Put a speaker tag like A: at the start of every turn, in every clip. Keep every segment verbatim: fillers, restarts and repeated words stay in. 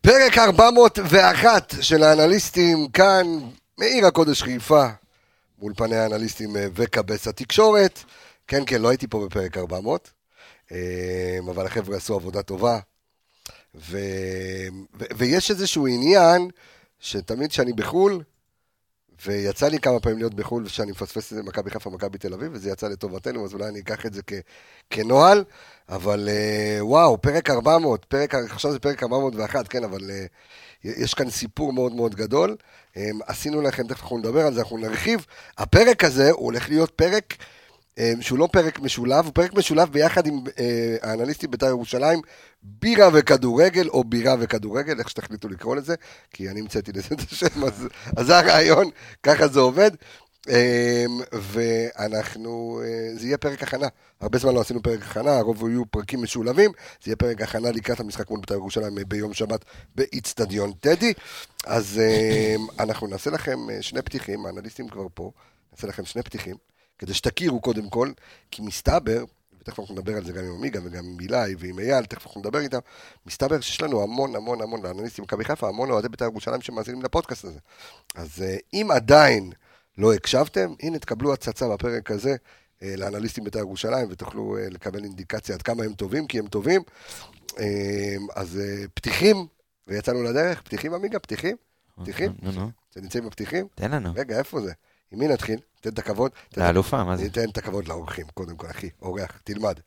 A: פרק ארבע מאות ואחת של האנליסטים כאן, מעיר הקודש חיפה, מול פני האנליסטים וקבס התקשורת. כן, כן, לא הייתי פה בפרק ארבע מאות, אבל החבר'ה עשו עבודה טובה, ו... ו... ויש איזשהו עניין שתמיד שאני בחול, ויצא לי כמה פעמים להיות בחול, ושאני מפספס את מכבי חיפה ומכבי תל אביב, וזה יצא לטובתנו, אז אולי אני אקח את זה כ... כנוהל, אבל וואו, פרק ארבע מאות, פרק... עכשיו זה פרק ארבע מאות ואחת, כן, אבל יש כאן סיפור מאוד מאוד גדול, עשינו לכם, תכף אנחנו נדבר על זה, אנחנו נרחיב, הפרק הזה הוא הולך להיות פרק, שהוא לא פרק משולב, הוא פרק משולב ביחד עם אה, האנליסטים בית"ר ירושלים, בירה וכדורגל, או בירה וכדורגל, איך שתחליטו לקרוא לזה, כי אני המצאתי לזה את השם, אז, אז זה הרעיון, ככה זה עובד, אה, ואנחנו, אה, זה יהיה פרק הכנה, הרבה זמן לא עשינו פרק הכנה, הרוב יהיו פרקים משולבים, זה יהיה פרק הכנה לקראת המשחק מול בית"ר ירושלים ביום שבת באצטדיון טדי, אז אה, אנחנו נעשה לכם שני פתיחים, האנליסטים כבר פה, נעשה לכם שני פתיחים, כדי שתכירו קודם כל, כי מסתבר, ותכף אנחנו נדבר על זה גם עם עמיגה וגם עם מילי ועם אייל, תכף אנחנו נדבר איתם, מסתבר שיש לנו המון המון המון לאנליסטים מכבי חיפה, המון אוהדי בית"ר ירושלים שמאזינים לפודקאסט הזה. אז אם עדיין לא הקשבתם, הנה תקבלו הצצה בפרק הזה לאנליסטים בית"ר ירושלים, ותוכלו לקבל אינדיקציה עד כמה הם טובים, כי הם טובים. אז פתיחים, ויצאנו לדרך, פתיחים עמיגה, פתיחים? פתיחים? זה נמצאים בפתיחים?
B: תן לנו.
A: רגע, איפה זה? עם מי נתחיל? תן את הכבוד.
B: לאלופה, מה זה?
A: תן את הכבוד לאורחים, קודם כל, אחי, אורח, תלמד.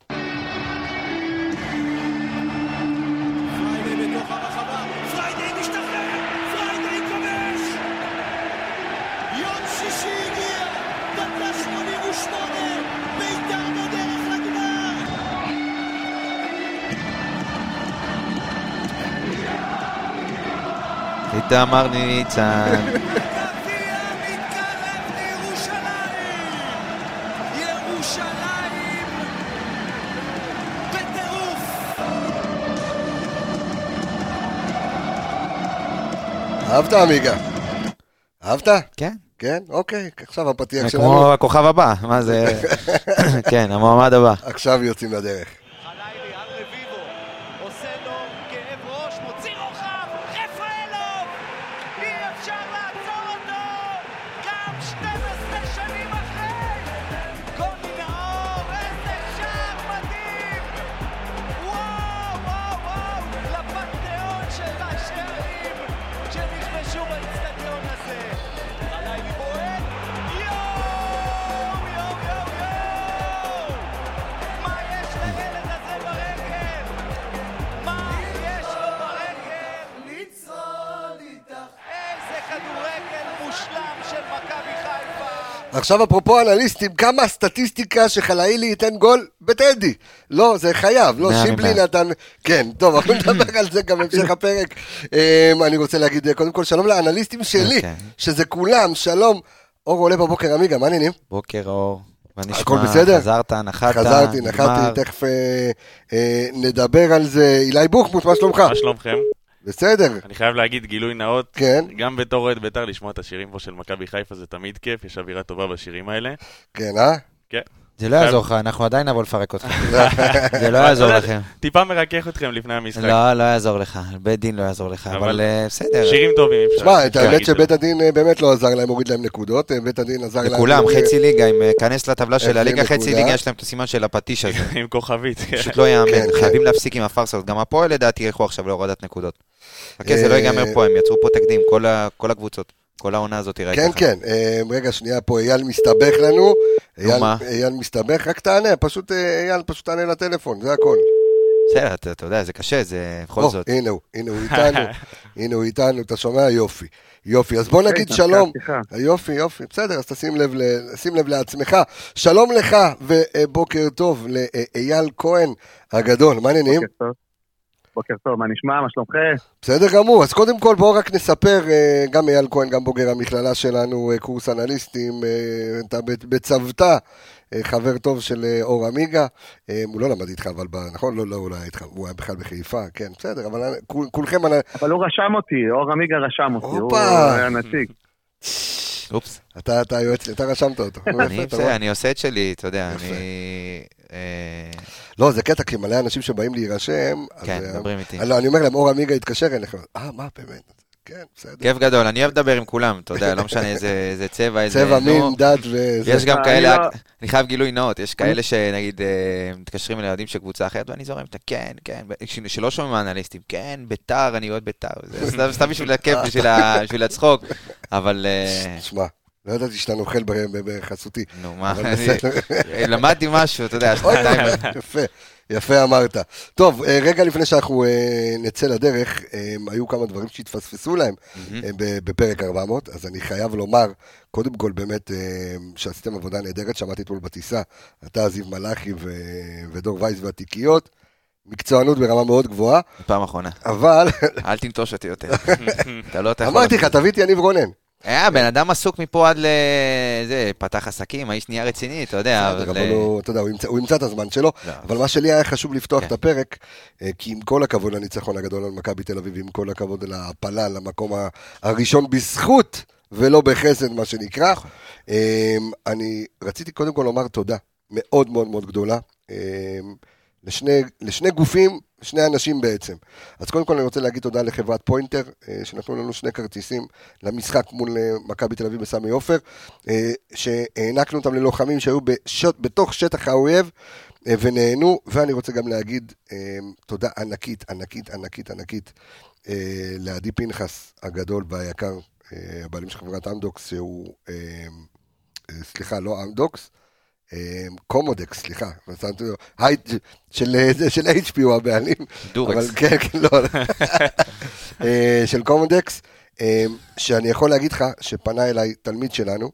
C: פריידי בתוך הרחבה, פריידי משתחרר, פריידי כובש! יום שישי הגיע, דקה שמונים ושמונה, בית"ר בדרך לגמר!
B: איתמר ניצן.
A: אהבת עמיגה? אהבת?
B: כן.
A: כן? אוקיי, עכשיו הפתיח שלנו.
B: כמו הכוכב הבא, מה זה? כן, המועמד הבא.
A: עכשיו יוצאים לדרך.
C: חלילי על רביבו, עושה לו כאב ראש, מוציא רוחב, רפאלוב! אי אפשר לעצור אותו! גם שתים עשרה שנים אחרי! גולי נאור, איזה שער מדהים! וואו, וואו, וואו! לפנתיאון של השערים שנכבשו באצטדיון הזה. חלילי בועט, יואו! יואו, יואו, יואו! מה יש לילד הזה ברגל? מה יש לו ברגל? לצעוד איתך. איזה כדורגל מושלם של מכבי חיפה.
A: עכשיו אפרופו אנליסטים, כמה הסטטיסטיקה שחלילי ייתן גול בטדי? לא, זה חייב, לא שיבלי נתן, כן, טוב, אנחנו נדבר על זה גם בהמשך הפרק. אני רוצה להגיד קודם כל שלום לאנליסטים שלי, שזה כולם, שלום. אור עולה בבוקר עמיגה, מה העניינים?
B: בוקר אור.
A: הכל בסדר?
B: חזרת, נחת,
A: חזרתי, נחתי, תכף נדבר על זה. אילי בוחמוט, מה שלומך?
D: מה שלומכם?
A: בסדר.
D: אני חייב להגיד גילוי נאות,
A: כן.
D: גם בתור אוהד בית"ר לשמוע את השירים פה של מכבי חיפה זה תמיד כיף, יש אווירה טובה בשירים האלה.
A: כן, אה?
D: כן.
B: זה לא יעזור לך, אנחנו עדיין נבוא לפרק אותך. זה לא יעזור לכם.
D: טיפה מרכך אתכם לפני המשחק.
B: לא, לא יעזור לך, בית דין לא יעזור לך, אבל בסדר.
D: שירים טובים.
A: שמע, את האמת שבית הדין באמת לא עזר להם, הוריד להם נקודות, בית הדין עזר להם.
B: לכולם, חצי ליגה, אם כנס לטבלה של הליגה, חצי ליגה יש להם את הסימן של הפטיש הזה.
D: עם כוכבית.
B: פשוט לא יאמן, חייבים להפסיק עם הפרסות. גם הפועל לדעתי ילכו עכשיו להורדת נקודות. הכסף לא ייגמר פה, הם יצרו פה תקדים, כל הקבוצות. כל העונה הזאת תראה
A: כן,
B: ככה.
A: כן, רגע שנייה פה, אייל מסתבך לנו,
B: מה?
A: אייל מסתבך, רק תענה, פשוט אייל פשוט תענה לטלפון, זה הכל.
B: בסדר, אתה יודע, זה קשה, זה בכל זאת.
A: הנה הוא, הנה הוא איתנו, הנה הוא איתנו, אתה שומע? יופי, יופי, אז בוא נגיד שלום, יופי, יופי, בסדר, אז תשים לב, שים לב לעצמך, שלום לך ובוקר טוב לאייל כהן הגדול, מה העניינים?
E: בוקר טוב. בוקר טוב, מה נשמע? מה שלומכם?
A: בסדר גמור, אז קודם כל בואו רק נספר, גם אייל כהן, גם בוגר המכללה שלנו, קורס אנליסטים, אתה בצוותא, חבר טוב של אור עמיגה, הוא לא למד איתך, אבל נכון? לא, לא, הוא לא היה איתך, הוא היה בכלל בחיפה, כן, בסדר, אבל כולכם...
E: אבל הוא רשם אותי, אור עמיגה רשם אותי, הוא היה נציג.
B: אופס.
A: אתה אתה היועץ, אתה רשמת אותו.
B: אני בסדר, אני עושה את שלי, אתה יודע, אני... אה,
A: לא, זה קטע, כי מלא אנשים שבאים להירשם, אז,
B: כן,
A: אה,
B: מדברים איתי.
A: לא, אני אומר להם, אור עמיגה התקשר אליכם. אה, מה, באמת? כן, בסדר.
B: כיף גדול, אני אוהב לדבר עם כולם, אתה יודע, לא משנה איזה איזה צבע, איזה...
A: צבע, מין,
B: נו.
A: דת וזה.
B: יש גם
E: אני
B: כאלה,
E: לא-
B: אני חייב גילוי נאות, יש כאלה שנגיד אה, מתקשרים לילדים של קבוצה אחרת, ואני זורם אותה, כן, כן, ש- שלא שומעים מהאנליסטים, כן, ביתר, אני אוהד ביתר, זה סתם- סתם בשביל הכיף, בשביל ה- בשביל הצחוק, אבל אה,
A: תשמע, לא ידעתי שאתה נוכל ב- ב- בחסותי.
B: נו, מה,
A: אבל
B: אני-
A: בסדר.
B: למדתי משהו, אתה יודע,
A: אוי,
B: שנתיים,
A: יפה, יפה אמרת. טוב, אה, רגע לפני שאנחנו אה, נצא לדרך, אה, היו כמה דברים שהתפספסו להם אה, ב- בפרק ארבע מאות, אז אני חייב לומר, קודם כל באמת, אה, שעשיתם עבודה נהדרת, שמעתי אתמול בטיסה, אתה, זיו מלאכי ו- ודור וייס והתיקיות, מקצוענות ברמה מאוד גבוהה,
B: פעם אחרונה,
A: אבל
B: אל תנטוש אותי יותר, אתה לא, אתה יכול...
A: אמרתי לך, תביא את יניב רונן.
B: היה, בן אדם עסוק מפה עד לזה, פתח עסקים, האיש נהיה רציני, אתה יודע,
A: בסדר,
B: אבל...
A: אבל הוא, אתה יודע, הוא ימצא- הוא ימצא את הזמן שלו,
B: לא.
A: אבל מה שלי היה חשוב לפתוח
B: כן.
A: את הפרק, אה, כי עם כל הכבוד לניצחון הגדול על מכבי תל אביב, עם כל הכבוד להפלה, למקום ה- הראשון בזכות, ולא בחסד, מה שנקרא, אה, אני רציתי קודם כל לומר תודה מאוד מאוד מאוד גדולה, אה, לשני, לשני גופים, שני אנשים בעצם. אז קודם כל אני רוצה להגיד תודה לחברת פוינטר, אה, שנתנו לנו שני כרטיסים למשחק מול אה, מכבי תל אביב בסמי עופר, אה, שהענקנו אותם ללוחמים שהיו בשוט, בתוך שטח האויב, אה, ונהנו, ואני רוצה גם להגיד אה, תודה ענקית, ענקית, ענקית, ענקית, אה, לעדי פנחס הגדול והיקר, אה, הבעלים של חברת אמדוקס, שהוא, אה, אה, סליחה, לא אמדוקס, קומודקס, סליחה, הייד- של של אייץ' פי הוא הבעלים,
B: דורקס.
A: אבל כן, כן, לא, אה, של קומודקס, אה, שאני יכול להגיד לך שפנה אליי תלמיד שלנו,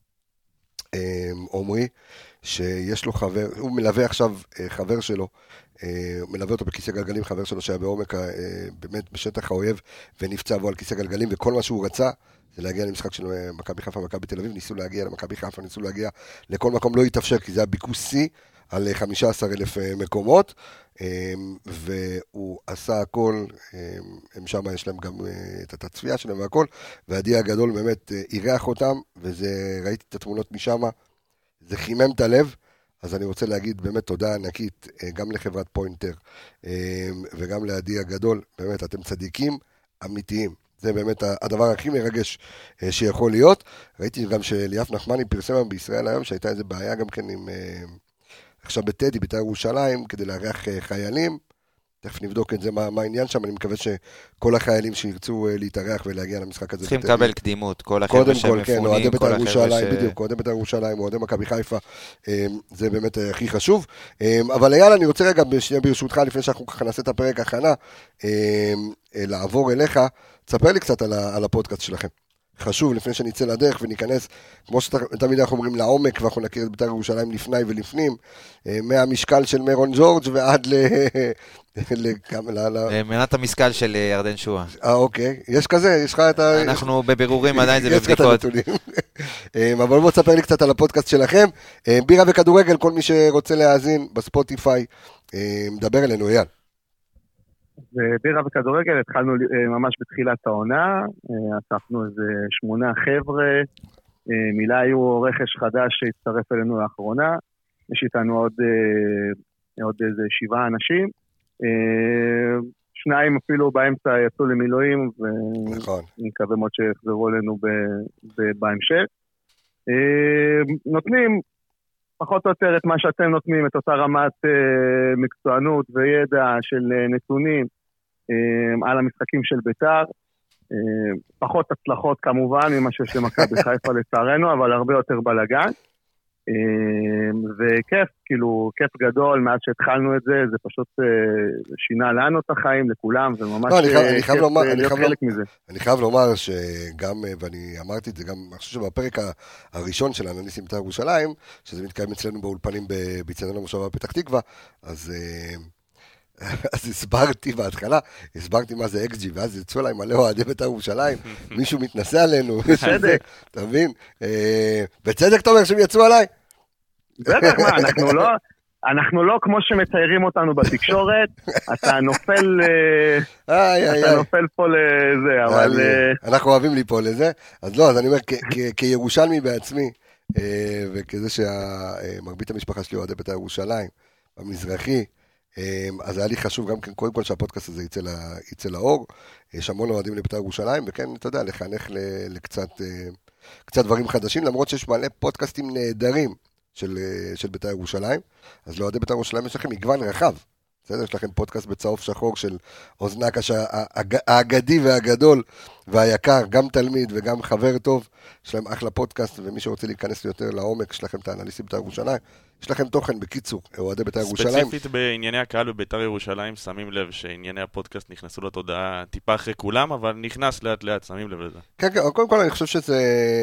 A: אה, עומרי, שיש לו חבר, הוא מלווה עכשיו אה, חבר שלו, אה, הוא מלווה אותו בכיסא גלגלים, חבר שלו שהיה בעומק, אה, באמת בשטח האויב, ונפצע בו על כיסא גלגלים, וכל מה שהוא רצה, זה להגיע למשחק של אה, מכבי חיפה, מכבי תל אביב, ניסו להגיע למכבי חיפה, ניסו להגיע לכל מקום, לא יתאפשר, כי זה היה ביקוש שיא על אה, חמישה עשר אלף אה, מקומות, אה, והוא עשה הכל, אה, הם שם יש להם גם אה, את התצפייה שלהם והכל, והדי הגדול באמת אה, אירח אותם, וזה, ראיתי את התמונות משם, זה חימם את הלב, אז אני רוצה להגיד באמת תודה ענקית, אה, גם לחברת פוינטר, אה, וגם לעדי הגדול, באמת אתם צדיקים אמיתיים. זה באמת הדבר הכי מרגש אה, שיכול להיות. ראיתי גם שליאף נחמני פרסם היום בישראל היום, שהייתה איזו בעיה גם כן עם, אה, עכשיו בטדי, בית"ר ירושלים, כדי לארח אה, חיילים. תכף נבדוק את זה, מה, מה העניין שם, אני מקווה שכל החיילים שירצו אה, להתארח ולהגיע למשחק הזה.
B: צריכים
A: בטדי.
B: לקבל קדימות, כל
A: קודם
B: החבר'ה
A: כל, כן, אוהדי
B: שמפונים,
A: בית"ר
B: כל החבר'ה
A: ירושלים,
B: ש...
A: בדיוק, אוהדי בית"ר ירושלים, אוהדי מכבי חיפה, אה, זה באמת אה, הכי חשוב. אה, אבל אייל, אני רוצה רגע, שנייה ברשותך, לפני שאנחנו ככה נעשה את הפרק הכנה, אה, אה, לעבור אליך, תספר לי קצת על, ה, על הפודקאסט שלכם. חשוב, לפני שנצא לדרך וניכנס, כמו שתמיד אנחנו אומרים, לעומק, ואנחנו נכיר את בית"ר ירושלים לפני ולפנים, אה, מהמשקל של מרון ג'ורג' ועד ל... לכמה, ל... ל...
B: מנת המשקל של ירדן שואה.
A: אה, אוקיי. יש כזה? יש לך את ה...
B: אנחנו בבירורים עדיין, זה
A: יש לך את
B: בבדיקות.
A: הנתונים. אבל בואו תספר לי קצת על הפודקאסט שלכם. בירה וכדורגל, כל מי שרוצה להאזין בספוטיפיי, מדבר אלינו, אייל.
E: בירה וכדורגל, התחלנו ממש בתחילת העונה, אספנו איזה שמונה חבר'ה, מילה היו רכש חדש שהצטרף אלינו לאחרונה, יש איתנו עוד, עוד איזה שבעה אנשים, שניים אפילו באמצע יצאו למילואים,
A: נכון.
E: ואני מקווה מאוד שיחזרו אלינו בהמשך. נותנים פחות או יותר את מה שאתם נותנים, את אותה רמת אה, מקצוענות וידע של אה, נתונים אה, על המשחקים של בית"ר. אה, פחות הצלחות כמובן ממה שיש למכבי חיפה לצערנו, אבל הרבה יותר בלגן. אה, וכיף, כאילו, כיף גדול, מאז שהתחלנו את זה, זה פשוט אה, שינה לנו את החיים, לכולם, זה ממש
A: לא, אני חייב,
E: אה,
A: אני חייב
E: כיף
A: לומר,
E: אה,
A: אני
E: להיות
A: חייב
E: חלק
A: לומר,
E: מזה.
A: אני חייב לומר שגם, ואני אמרתי את זה גם, אני חושב שבפרק הראשון של אנליסטים בית"ר ירושלים, שזה מתקיים אצלנו באולפנים באצטדיון המושבה בפתח תקווה, אז... אז הסברתי בהתחלה, הסברתי מה זה אקס ג'י, ואז יצאו עליי מלא אוהדי בית"ר ירושלים, מישהו מתנסה עלינו,
E: בצדק.
A: אתה מבין? בצדק אתה אומר שהם יצאו עליי?
E: בטח, מה, אנחנו לא... אנחנו לא כמו שמציירים אותנו בתקשורת, אתה נופל, אתה נופל פה לזה, אבל...
A: אנחנו אוהבים ליפול לזה, אז לא, אז אני אומר, כירושלמי בעצמי, וכזה שמרבית המשפחה שלי אוהדי בית"ר ירושלים, במזרחי, אז היה לי חשוב גם כן, קודם כל שהפודקאסט הזה יצא, לה, יצא לאור, יש המון אוהדים לבית"ר ירושלים, וכן, אתה יודע, לחנך לקצת קצת דברים חדשים, למרות שיש מלא פודקאסטים נהדרים של, של בית"ר ירושלים, אז לאוהדי בית"ר ירושלים יש לכם מגוון רחב, בסדר? יש לכם פודקאסט בצהוב שחור של אוזנה קשה, האגדי והגדול והיקר, גם תלמיד וגם חבר טוב, יש להם אחלה פודקאסט, ומי שרוצה להיכנס יותר לעומק, יש לכם את האנליסטים בית"ר ירושלים, יש לכם תוכן בקיצור, אוהדי בית"ר ירושלים.
D: ספציפית בענייני הקהל בבית"ר ירושלים, שמים לב שענייני הפודקאסט נכנסו לתודעה טיפה אחרי כולם, אבל נכנס לאט לאט, שמים לב לזה.
A: כן, כן, קודם כל אני חושב שזה...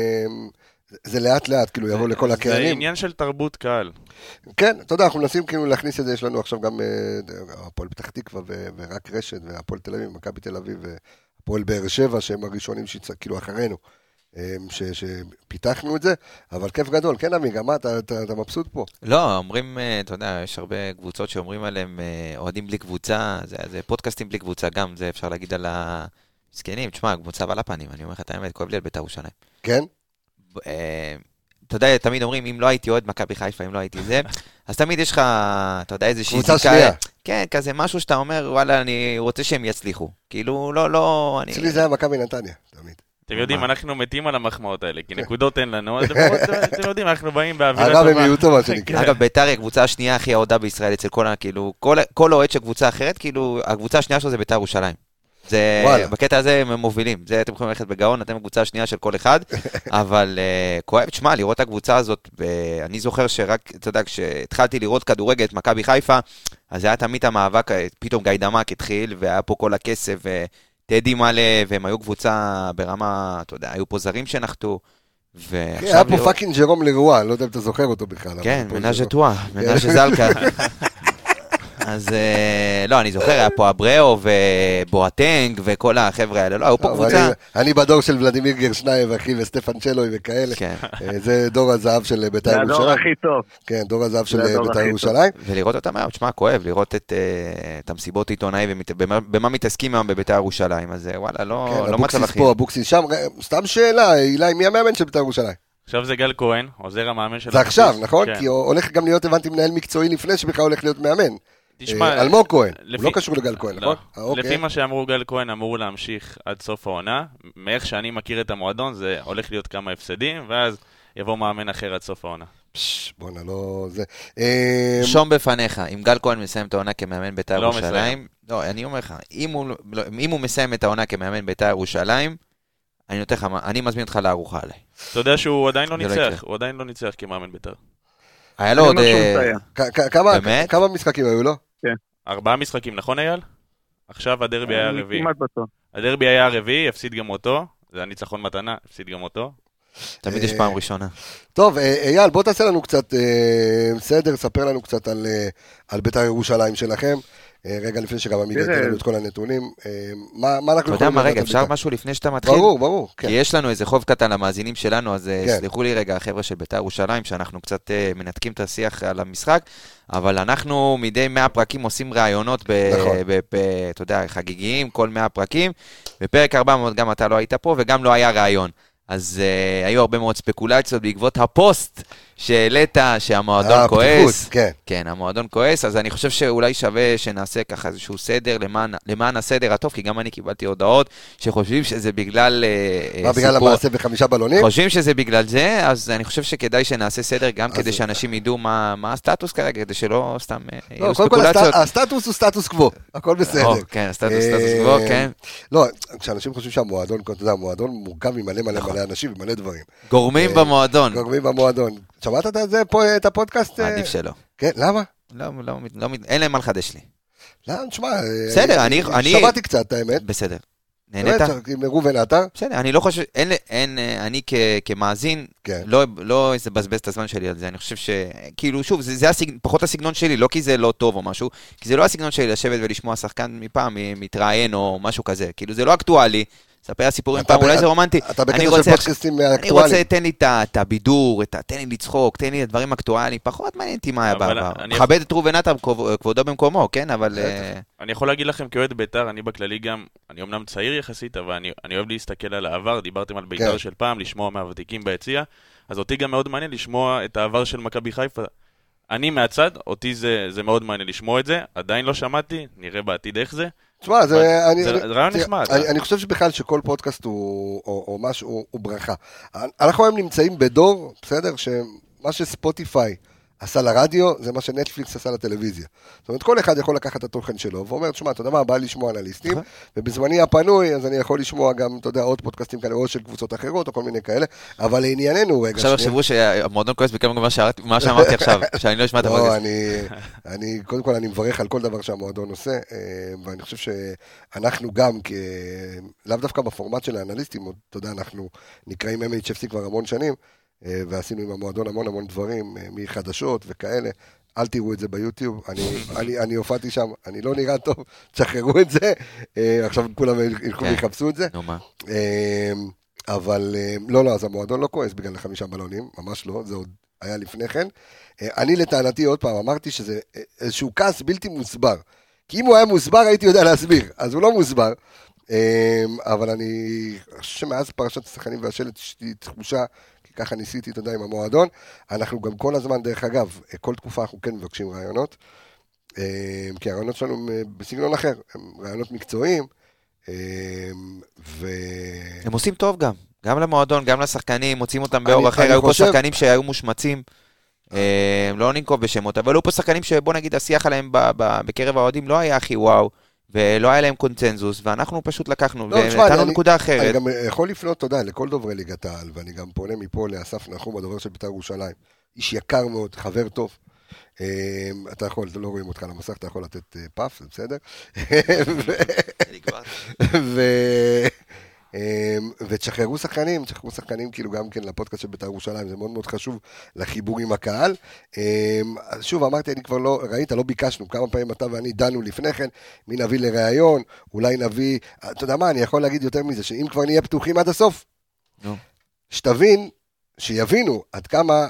A: זה לאט לאט, כאילו יבוא לכל הקהלים.
D: זה עניין של תרבות קהל.
A: כן, אתה יודע, אנחנו מנסים כאילו להכניס את זה, יש לנו עכשיו גם הפועל פתח תקווה ורק רשת, והפועל תל אביב, מכבי תל אביב, והפועל באר שבע, שהם הראשונים כאילו אחרינו, שפיתחנו את זה, אבל כיף גדול, כן עמיגה, מה, אתה מבסוט פה?
B: לא, אומרים, אתה יודע, יש הרבה קבוצות שאומרים עליהם, אוהדים בלי קבוצה, זה פודקאסטים בלי קבוצה, גם זה אפשר להגיד על המסכנים, תשמע, קבוצה ועל הפנים, אני אומר לך את האמת, כואב לי על בית"ר ירושלים.
A: כן?
B: אתה יודע, תמיד אומרים, אם לא הייתי אוהד מכבי חיפה, אם לא הייתי זה, אז תמיד יש לך, אתה יודע, איזושהי
A: קבוצה שנייה.
B: כן, כזה משהו שאתה אומר, וואלה, אני רוצה שהם יצליחו. כאילו, לא, לא, אני...
A: אצלי זה היה מכבי נתניה, תמיד.
D: אתם יודעים, אנחנו מתים על המחמאות האלה, כי נקודות אין לנו, אתם יודעים, אנחנו באים באווירה
A: טובה. הרב ומיעוטו, מה שנקרא.
B: אגב, בית"ר היא הקבוצה השנייה הכי אוהדה בישראל, אצל כל, כאילו, כל אוהד של קבוצה אחרת, כאילו, הקבוצה השנייה שלו זה בית"ר ירושלים. זה, בקטע הזה הם מובילים, זה אתם יכולים ללכת בגאון, אתם הקבוצה השנייה של כל אחד, אבל uh, כואב, תשמע, לראות את הקבוצה הזאת, אני זוכר שרק, אתה יודע, כשהתחלתי לראות כדורגל את מכבי חיפה, אז היה תמיד המאבק, פתאום גיא דמק התחיל, והיה פה כל הכסף, וטדי מלא, והם היו קבוצה ברמה, אתה יודע, היו פה זרים שנחתו,
A: היה פה פאקינג ג'רום לרוע, לא יודע אם אתה זוכר אותו בכלל.
B: כן, מנאז' טועה, מנאז' זלקה. אז לא, אני זוכר, היה פה אבראו ובואטנג וכל החבר'ה האלה, לא, היו פה קבוצה.
A: אני בדור של ולדימיר גרשנייב, אחי, וסטפן צ'לוי וכאלה. זה דור הזהב של בית"ר ירושלים.
E: זה הדור הכי טוב.
A: כן, דור הזהב של בית"ר ירושלים.
B: ולראות אותם היום, תשמע, כואב, לראות את המסיבות עיתונאי, במה מתעסקים היום בבית"ר ירושלים, אז וואלה, לא מצב אחי.
A: אבוקסיס פה, סתם שאלה, אילי, מי המאמן של בית"ר ירושלים?
D: עכשיו זה גל כהן, עוזר המאמן של...
A: זה עכשיו, נכון? כי הולך גם להיות, הבנתי, מנהל מקצועי לפני שבכלל הולך להיות מאמן.
D: תשמע,
A: אלמוג כהן, הוא לא קשור לגל כהן, נכון?
D: לפי מה שאמרו, גל כהן אמור להמשיך עד סוף העונה, מאיך שאני מכיר את המועדון, זה הולך להיות כמה הפסדים, ואז יבוא מאמן אחר עד סוף העונה.
A: בוא'נה, לא... זה...
B: שום בפניך, אם גל כהן מסיים את העונה כמאמן בית"ר ירושלים, לא, אני אומר לך, אם הוא מסיים את העונה כמאמן בית"ר ירושלים, אני נותן לך, אני מזמין אותך לארוחה עליי.
D: אתה יודע שהוא עדיין לא ניצח, הוא עדיין לא ניצח כמאמן בית"ר.
B: היה לו עוד...
A: כמה משחקים היו לו?
E: כן.
D: ארבעה משחקים, נכון אייל? עכשיו הדרבי היה הרביעי. הדרבי היה הרביעי, הפסיד גם אותו. זה הניצחון מתנה, הפסיד גם אותו.
B: תמיד יש פעם ראשונה.
A: טוב, אייל, בוא תעשה לנו קצת סדר, ספר לנו קצת על בית"ר ירושלים שלכם. רגע לפני שגם עמיגה ייתן לנו את כל הנתונים, מה אנחנו יכולים...
B: אתה יודע מה, רגע, אפשר משהו לפני שאתה מתחיל?
A: ברור, ברור.
B: כי יש לנו איזה חוב קטן למאזינים שלנו, אז סליחו לי רגע, החבר'ה של בית"ר ירושלים, שאנחנו קצת מנתקים את השיח על המשחק, אבל אנחנו מדי מאה פרקים עושים ראיונות, אתה יודע, חגיגיים, כל מאה פרקים, בפרק ארבע מאות גם אתה לא היית פה, וגם לא היה ראיון. אז uh, היו הרבה מאוד ספקולציות בעקבות הפוסט שהעלית שהמועדון כועס.
A: כן.
B: כן, המועדון כועס, אז אני חושב שאולי שווה שנעשה ככה איזשהו סדר למען, למען הסדר הטוב, כי גם אני קיבלתי הודעות שחושבים שזה בגלל uh,
A: מה, בגלל המעשה בחמישה בלונים?
B: חושבים שזה בגלל זה, אז אני חושב שכדאי שנעשה סדר גם כדי שאנשים ידעו מה, מה הסטטוס כרגע, כדי שלא סתם יהיו
A: לא,
B: ספקולציות.
A: קודם כל הסטטוס הוא סטטוס קוו, הכל בסדר.
B: או, כן, הסטטוס סטטוס קוו, כן.
A: לא, כשאנשים חושבים שהמועדון, אתה יודע, המועדון מורכב ממלא מלא מלא אנשים ומלא דברים.
B: גורמים במועדון.
A: גורמים במועדון. שמעת את זה פה, את הפודקאסט?
B: עדיף שלא.
A: כן, למה?
B: לא, לא, לא, אין להם מה לחדש לי.
A: לא, תשמע,
B: בסדר, אני...
A: שמעתי קצת, האמת.
B: בסדר. נהנית?
A: עם ראובן עטר?
B: בסדר, אני לא חושב, אין, אין, אני כ, כמאזין,
A: כן.
B: לא, לא איזה בזבז את הזמן שלי על זה, אני חושב שכאילו, שוב, זה, זה הסג, פחות הסגנון שלי, לא כי זה לא טוב או משהו, כי זה לא הסגנון שלי לשבת ולשמוע שחקן מפעם, מתראיין או משהו כזה, כאילו זה לא אקטואלי, ספר סיפורים פעם, אולי זה רומנטי.
A: אתה בקטע של פודקאסטים אקטואליים. אני
B: רוצה, תן לי את הבידור, תן לי לצחוק, תן לי דברים אקטואליים, פחות מעניין אותי מה היה בעבר. מכבד את ראובן עטר כבודו במקומו, כן, אבל...
D: אני יכול להגיד לכם כאוהד בית"ר, אני בכללי גם, אני אמנם צעיר יחסית, אבל אני אוהב להסתכל על העבר, דיברתם על בית"ר של פעם, לשמוע מהוותיקים ביציע, אז אותי גם מאוד מעניין לשמוע את העבר של מכבי חיפה. אני מהצד, אותי זה, זה מאוד מעניין לשמוע את זה, עדיין לא שמעתי, נראה בעתיד איך זה.
A: תשמע, זה, אני,
D: זה
A: אני,
D: רעיון נחמד.
A: אני, אני חושב שבכלל שכל פודקאסט הוא, או, או משהו, הוא, הוא ברכה. אנחנו היום נמצאים בדור, בסדר, שמה שספוטיפיי עשה לרדיו, זה מה שנטפליקס עשה לטלוויזיה. זאת אומרת, כל אחד יכול לקחת את התוכן שלו, ואומר, תשמע, אתה יודע מה, בא לשמוע אנליסטים, ובזמני הפנוי, אז אני יכול לשמוע גם, אתה יודע, עוד פודקאסטים כאלה, או של קבוצות אחרות, או כל מיני כאלה, אבל לענייננו, רגע,
B: עכשיו חשבו שהמועדון כועס בכמה מה שאמרתי עכשיו, שאני לא אשמע את הפודקאסט.
A: לא, אני, קודם כל, אני מברך על כל דבר שהמועדון עושה, ואני חושב שאנחנו גם, לאו דווקא בפורמט של האנליסטים, אתה יודע, אנחנו נקראים אם אייץ' אף סי כבר המון שנים, ועשינו עם המועדון המון המון דברים, מחדשות וכאלה, אל תראו את זה ביוטיוב, אני, אני, אני הופעתי שם, אני לא נראה טוב, תשחררו את זה, עכשיו כולם ילכו ויחפשו את זה, אבל לא, לא, אז המועדון לא כועס בגלל חמישה בלונים, ממש לא, זה עוד היה לפני כן, אני לטענתי עוד פעם, אמרתי שזה איזשהו כעס בלתי מוסבר, כי אם הוא היה מוסבר הייתי יודע להסביר, אז הוא לא מוסבר, אבל אני חושב שמאז פרשת השחקנים והשלט יש לי תחושה, כי ככה ניסיתי, אתה יודע, עם המועדון, אנחנו גם כל הזמן, דרך אגב, כל תקופה אנחנו כן מבקשים רעיונות, כי הרעיונות שלנו הם בסגנון אחר, הם רעיונות מקצועיים, ו...
B: הם עושים טוב גם, גם למועדון, גם לשחקנים, מוצאים אותם באור אחר, היו פה שחקנים שהיו מושמצים, לא ננקוב בשמות, אבל היו פה שחקנים שבוא נגיד, השיח עליהם בקרב האוהדים לא היה הכי וואו, ולא היה להם קונצנזוס, ואנחנו פשוט לקחנו, ונתנו נקודה אחרת.
A: אני גם יכול לפנות, אתה יודע, לכל דוברי ליגת העל, ואני גם פונה מפה לאסף נחום, הדובר של בית"ר ירושלים, איש יקר מאוד, חבר טוב, אתה יכול, לא רואים אותך על המסך, אתה יכול לתת פאף, זה בסדר? ותשחררו שחקנים, תשחררו שחקנים כאילו גם כן לפודקאסט של בית"ר ירושלים, זה מאוד מאוד חשוב לחיבור עם הקהל. שוב, אמרתי, אני כבר לא, ראית, לא ביקשנו, כמה פעמים אתה ואני דנו לפני כן, מי נביא לראיון, אולי נביא, אתה יודע מה, אני יכול להגיד יותר מזה, שאם כבר נהיה פתוחים עד הסוף, שתבין, שיבינו עד כמה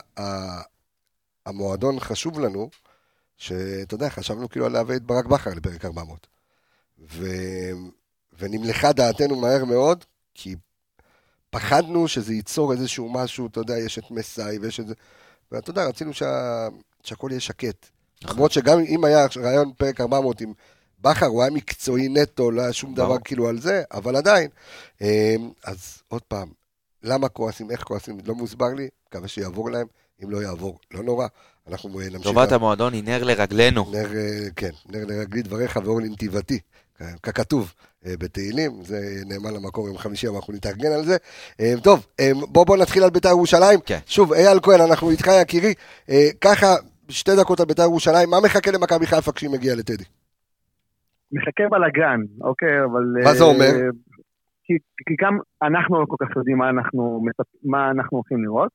A: המועדון חשוב לנו, שאתה יודע, חשבנו כאילו על להביא את ברק בכר לפרק ארבע מאות. ו... ונמלכה דעתנו מהר מאוד, כי פחדנו שזה ייצור איזשהו משהו, אתה יודע, יש את מסאי ויש את זה, ואתה יודע, רצינו שה... שהכל יהיה שקט. למרות שגם אם היה רעיון פרק ארבע מאות עם בכר, הוא היה מקצועי נטו, לא היה שום דבר כאילו על זה, אבל עדיין. אז עוד פעם, למה כועסים, איך כועסים, לא מוסבר לי, מקווה שיעבור להם, אם לא יעבור, לא נורא, אנחנו נמשיך.
B: טובת המועדון היא נר לרגלנו.
A: נר, כן, נר לרגלי דבריך ואור לנתיבתי. ככתוב בתהילים, זה נאמן למקור יום חמישי, אבל אנחנו נתארגן על זה. טוב, בוא בוא נתחיל על בית"ר ירושלים.
B: כן.
A: שוב, אייל כהן, אנחנו איתך יקירי. ככה, שתי דקות על בית"ר ירושלים, מה מחכה למכבי חיפה כשהיא מגיעה לטדי?
E: מחכה בלגן, אוקיי, אבל...
A: מה זה אומר?
E: כי, כי גם אנחנו לא כל כך יודעים מה אנחנו, מה אנחנו הולכים לראות.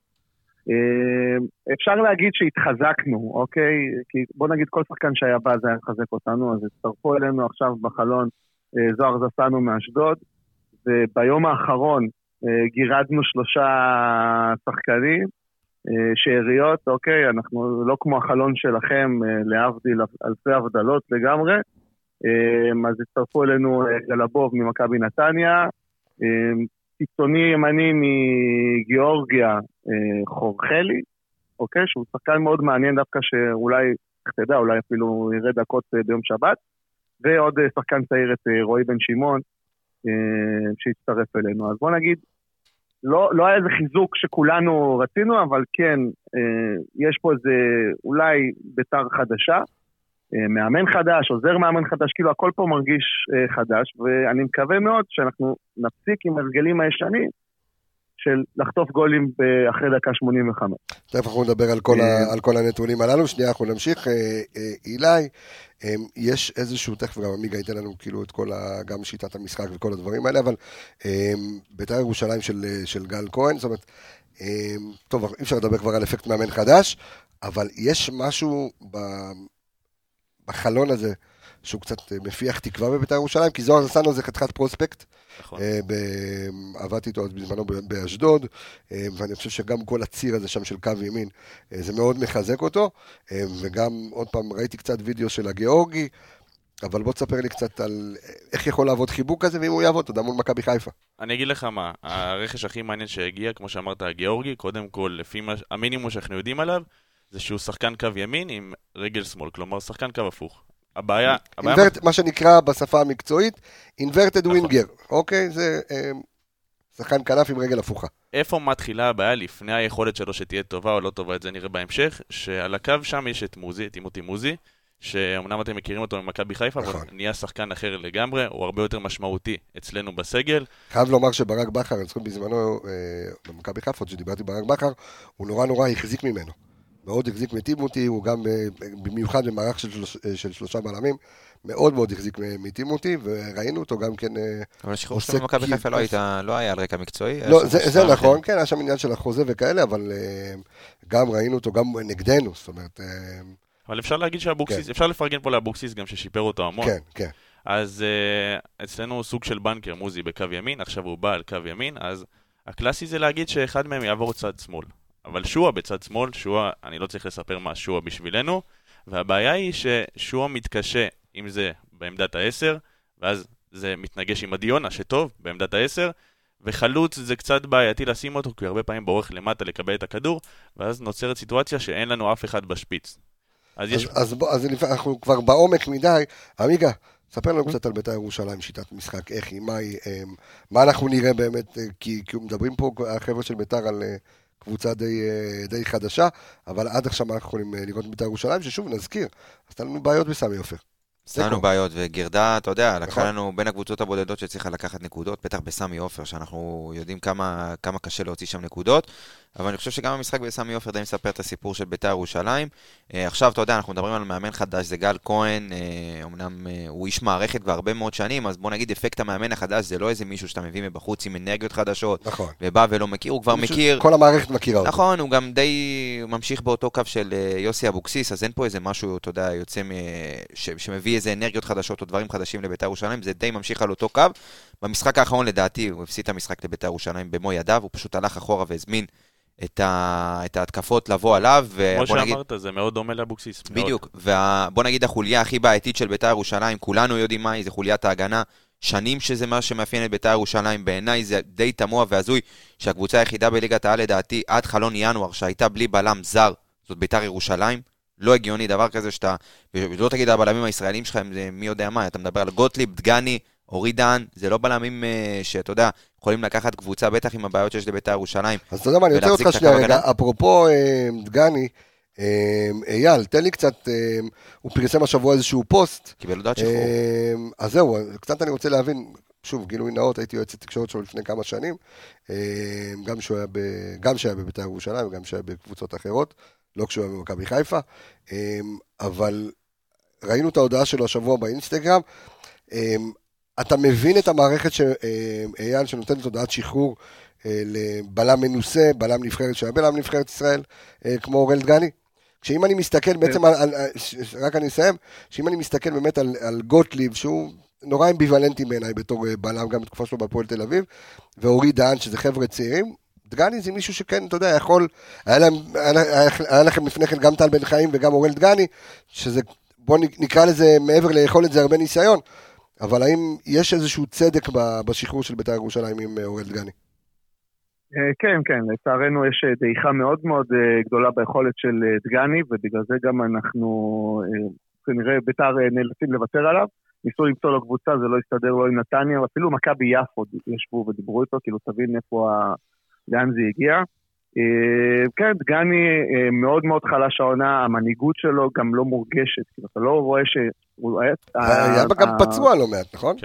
E: אפשר להגיד שהתחזקנו, אוקיי? כי בוא נגיד כל שחקן שהיה בא זה היה לחזק אותנו, אז הצטרפו אלינו עכשיו בחלון זוהר זסנו מאשדוד, וביום האחרון גירדנו שלושה שחקנים, שאריות, אוקיי? אנחנו לא כמו החלון שלכם, להבדיל אלפי הבדלות לגמרי, אז הצטרפו אלינו גלבוב ממכבי נתניה, קיצוני ימני מגיאורגיה, חורחלי, אוקיי, שהוא שחקן מאוד מעניין דווקא שאולי, אתה יודע, אולי אפילו ירד דקות ביום שבת, ועוד שחקן צעיר את רועי בן שמעון, שהצטרף אלינו. אז בוא נגיד, לא, לא היה איזה חיזוק שכולנו רצינו, אבל כן, יש פה איזה, אולי בית"ר חדשה, מאמן חדש, עוזר מאמן חדש, כאילו הכל פה מרגיש חדש, ואני מקווה מאוד שאנחנו נפסיק עם הרגלים הישנים, של לחטוף גולים אחרי דקה שמונים וחמש.
A: תכף אנחנו נדבר על כל, ה, על כל הנתונים הללו, שנייה אנחנו נמשיך. אילי, יש איזשהו, תכף גם עמיגה ייתן לנו כאילו את כל ה, גם שיטת המשחק וכל הדברים האלה, אבל בית"ר ירושלים של, של גל כהן, זאת אומרת, טוב, אי אפשר לדבר כבר על אפקט מאמן חדש, אבל יש משהו ב, בחלון הזה, שהוא קצת מפיח תקווה בבית"ר ירושלים, כי זוהר זסנו זה חתיכת פרוספקט.
D: נכון.
A: עבדתי איתו בזמנו באשדוד, ואני חושב שגם כל הציר הזה שם של קו ימין, זה מאוד מחזק אותו, וגם עוד פעם ראיתי קצת וידאו של הגיאורגי, אבל בוא תספר לי קצת על איך יכול לעבוד חיבוק כזה, ואם הוא יעבוד, תודה מול מכבי חיפה.
D: אני אגיד לך מה, הרכש הכי מעניין שהגיע, כמו שאמרת, הגיאורגי, קודם כל, לפי המינימום שאנחנו יודעים עליו, זה שהוא שחקן קו ימין עם רגל שמאל, כלומר שחקן קו הפוך. הבעיה...
A: Invert, מה שנקרא בשפה המקצועית, inverted winger, אוקיי? זה שחקן כנף עם רגל הפוכה.
D: איפה מתחילה הבעיה לפני היכולת שלו שתהיה טובה או לא טובה, את זה נראה בהמשך, שעל הקו שם יש את מוזי, את אימותי מוזי, שאומנם אתם מכירים אותו ממכבי חיפה, אבל נהיה שחקן אחר לגמרי, הוא הרבה יותר משמעותי אצלנו בסגל.
A: חייב לומר שברק בכר, אני זוכר בזמנו במכבי חיפה, שדיברתי ברק בכר, הוא נורא נורא החזיק ממנו. מאוד החזיק מטימותי, הוא גם במיוחד במערך של, שלוש, של שלושה בלמים, מאוד מאוד החזיק מטימותי, וראינו אותו גם כן...
B: אבל השחרור שלו במכבי חיפה לא, הייתה, לא היה על רקע מקצועי.
A: לא, זה, זה נכון, כן, היה שם עניין של החוזה וכאלה, אבל גם ראינו אותו גם נגדנו, זאת אומרת...
D: אבל אפשר להגיד שהבוקסיס, כן. אפשר לפרגן פה לאבוקסיס גם ששיפר אותו המון.
A: כן, כן.
D: אז uh, אצלנו סוג של בנקר מוזי בקו ימין, עכשיו הוא בא על קו ימין, אז הקלאסי זה להגיד שאחד מהם יעבור צד שמאל. אבל שואה בצד שמאל, שואה, אני לא צריך לספר מה שואה בשבילנו, והבעיה היא ששואה מתקשה עם זה בעמדת העשר, ואז זה מתנגש עם הדיונה שטוב בעמדת העשר, וחלוץ זה קצת בעייתי לשים אותו, כי הרבה פעמים בורח למטה לקבל את הכדור, ואז נוצרת סיטואציה שאין לנו אף אחד בשפיץ.
A: אז, אז, יש... אז, אז, אז אנחנו כבר בעומק מדי. עמיגה, ספר לנו קצת על בית"ר ירושלים, שיטת משחק, איך היא, מה היא, מה אנחנו נראה באמת, כי, כי מדברים פה החבר'ה של בית"ר על קבוצה די, די חדשה, אבל עד עכשיו אנחנו יכולים לראות בית"ר ירושלים, ששוב נזכיר, אז תן לנו בעיות בסמי עופר.
B: עשינו בעיות, וגרדה, אתה יודע, לקחה לנו בין הקבוצות הבודדות שצריכה לקחת נקודות, בטח בסמי עופר, שאנחנו יודעים כמה, כמה קשה להוציא שם נקודות, אבל אני חושב שגם המשחק בסמי עופר די מספר את הסיפור של בית"ר ירושלים. עכשיו, אתה יודע, אנחנו מדברים על מאמן חדש, זה גל כהן, אמנם הוא איש מערכת כבר הרבה מאוד שנים, אז בוא נגיד, אפקט המאמן החדש, זה לא איזה מישהו שאתה מביא מבחוץ עם אנרגיות חדשות,
A: נכון.
B: ובא ולא מכיר, הוא כבר מכיר.
A: כל המערכת מכירה אותו.
B: נכון, הוא גם די ממשיך באותו קו של יוסי אבוקסיס, אז אין פה איזה משהו, אתה יודע, יוצא מ... ש... שמביא איזה אנרגיות חדשות או דברים חדשים לבית"ר ירושלים, זה די ממשיך על אותו קו. במשחק האחרון, לדעתי, הוא הפסיד את המשחק לבית"ר ירושלים במו ידיו, הוא פשוט הלך אחורה והזמין את, ה... את ההתקפות לבוא עליו.
D: כמו שאמרת, נגיד... זה מאוד דומה לאבוקסיס.
B: בדיוק, ובוא נגיד החוליה הכי בעייתית של בית"ר ירושלים, כולנו יודעים מה היא, זה חוליית ההגנה, שנים שזה מה שמאפיין את בית"ר ירושלים, בעיניי זה די תמוה והזוי, שהקבוצה היחידה בליגת העל לדעתי, עד חלון ינואר, שהייתה בלי בלם זר, זאת בית"ר ירושלים, לא הגיוני דבר כזה שאתה, ולא תגיד הבלמים הישראלים שלך, מי יודע מה, אתה מדבר על גוטליב, דגני, אורי דן, זה לא בלמים שאתה יודע, יכולים לקחת קבוצה, בטח עם הבעיות שיש לבית"ר ירושלים.
A: אז אתה יודע מה, אני רוצה אותך שנייה רגע, אפרופו דגני, אייל, תן לי קצת, הוא פרסם השבוע איזשהו פוסט.
B: קיבל הודעת שחרור.
A: אז זהו, קצת אני רוצה להבין, שוב, גילוי נאות, הייתי יועץ התקשורת שלו לפני כמה שנים, גם שהיה בבית"ר ירושלים, וגם שהיה בקבוצות אחרות, לא כשהוא היה במכבי חיפה, אבל ראינו את ההודעה שלו השבוע באינסטגרם, אתה מבין את המערכת שאייל שנותנת הודעת שחרור לבלם מנוסה, בלם נבחרת שהיה בלם נבחרת ישראל, כמו אורל דגני? כשאם אני מסתכל בעצם על, על, רק אני אסיים, שאם אני מסתכל באמת על, על גוטליב, שהוא נורא אמביוולנטי בעיניי בתור בלם, גם בתקופה שלו בפועל תל אביב, ואורי דהן, שזה חבר'ה צעירים, דגני זה מישהו שכן, אתה יודע, יכול, היה, להם, היה, היה לכם לפני כן גם טל בן חיים וגם אורל דגני, שזה, בוא נקרא לזה, מעבר ליכולת זה הרבה ניסיון, אבל האם יש איזשהו צדק בשחרור של בית"ר ירושלים עם אורל דגני?
E: כן, כן, לצערנו יש דעיכה מאוד מאוד גדולה ביכולת של דגני, ובגלל זה גם אנחנו, כנראה בית"ר נאלצים לוותר עליו, ניסו למצוא לו קבוצה, זה לא הסתדר לו עם נתניה, אפילו מכבי יפו ישבו ודיברו איתו, כאילו תבין איפה, לאן זה הגיע. כן, דגני מאוד מאוד חלש העונה, המנהיגות שלו גם לא מורגשת, כאילו אתה לא רואה שהוא...
A: היה גם פצוע לא מעט, נכון?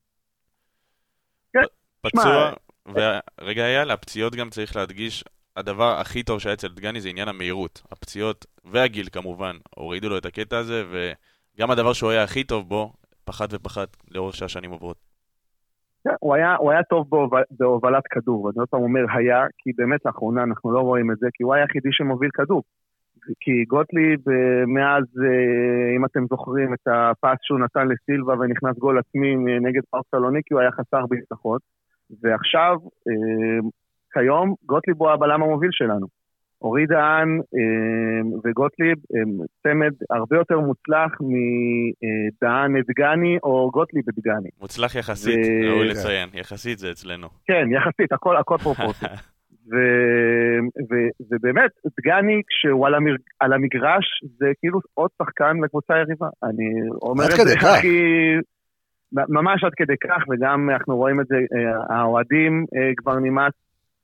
D: כן. פצוע, ורגע היה, הפציעות גם צריך להדגיש, הדבר הכי טוב שהיה אצל דגני זה עניין המהירות. הפציעות והגיל כמובן, הורידו לו את הקטע הזה, וגם הדבר שהוא היה הכי טוב בו, פחת ופחת לאורך שהשנים עוברות.
E: הוא היה, הוא היה טוב בהובלת כדור, ואני עוד פעם אומר היה, כי באמת לאחרונה אנחנו לא רואים את זה, כי הוא היה היחידי שמוביל כדור. כי גוטליב מאז, אם אתם זוכרים את הפס שהוא נתן לסילבה ונכנס גול עצמי נגד ברסלוניקי, הוא היה חסר ביטחון, ועכשיו, כיום, גוטליב הוא הבלם המוביל שלנו. אורי דהן וגוטליב צמד הרבה יותר מוצלח מדהן אדגני או גוטליב אדגני.
D: מוצלח יחסית, ראוי לציין, יחסית זה אצלנו.
E: כן, יחסית, הכל פרופורציה. ובאמת, דגני, כשהוא על המגרש, זה כאילו עוד שחקן לקבוצה יריבה. אני אומר את זה הכי... ממש עד כדי כך, וגם אנחנו רואים את זה, האוהדים כבר נמאס,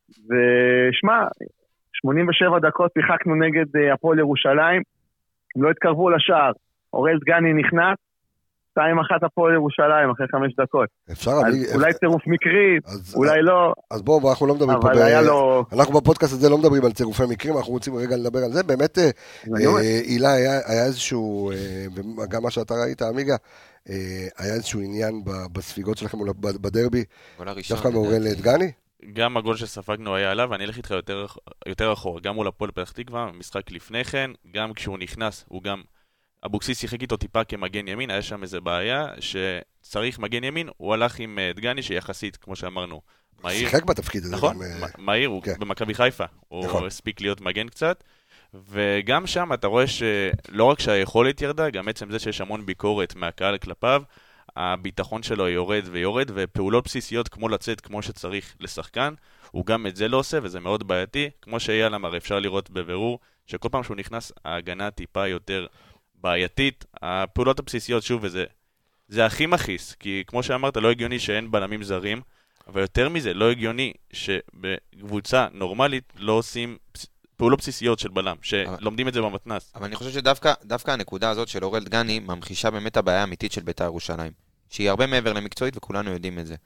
E: ושמע, שמונים ושבע דקות שיחקנו נגד הפועל ירושלים, הם לא התקרבו לשער, אורל דגני נכנס, שתיים אחת הפועל ירושלים אחרי חמש דקות.
A: אפשר,
E: אז
A: אני...
E: אולי צירוף מקרי,
A: אז,
E: אולי לא.
A: אז בואו, אנחנו לא מדברים פה, ב...
E: לו...
A: אנחנו בפודקאסט הזה לא מדברים על צירופי מקרים, אנחנו רוצים רגע לדבר על זה, באמת, אילה, היה, היה איזשהו, גם מה שאתה ראית, אמיגה, היה איזשהו עניין בספיגות שלכם בדרבי, דווקא מאורל דגני?
D: גם הגול שספגנו היה עליו, ואני אלך איתך יותר, יותר אחורה, גם מול הפועל פתח תקווה, משחק לפני כן, גם כשהוא נכנס, הוא גם, אבוקסיס שיחק איתו טיפה כמגן ימין, היה שם איזה בעיה, שצריך מגן ימין, הוא הלך עם דגני שיחסית, כמו שאמרנו, מהיר.
A: שיחק בתפקיד הזה.
D: נכון,
A: גם...
D: מהיר, הוא כן. במכבי חיפה, הוא נכון. הספיק להיות מגן קצת, וגם שם אתה רואה שלא רק שהיכולת ירדה, גם עצם זה שיש המון ביקורת מהקהל כלפיו, הביטחון שלו יורד ויורד, ופעולות בסיסיות כמו לצאת כמו שצריך לשחקן, הוא גם את זה לא עושה, וזה מאוד בעייתי. כמו שאייל אמר, אפשר לראות בבירור, שכל פעם שהוא נכנס, ההגנה טיפה יותר בעייתית. הפעולות הבסיסיות, שוב, וזה זה הכי מכיס, כי כמו שאמרת, לא הגיוני שאין בלמים זרים, אבל יותר מזה, לא הגיוני שבקבוצה נורמלית לא עושים פעולות בסיסיות של בלם, שלומדים את זה במתנ"ס.
B: אבל אני חושב שדווקא דווקא הנקודה הזאת של אורל דגני ממחישה באמת הבעיה האמיתית של בית"ר ירושלים, שהיא הרבה מעבר למקצועית וכולנו יודעים את זה.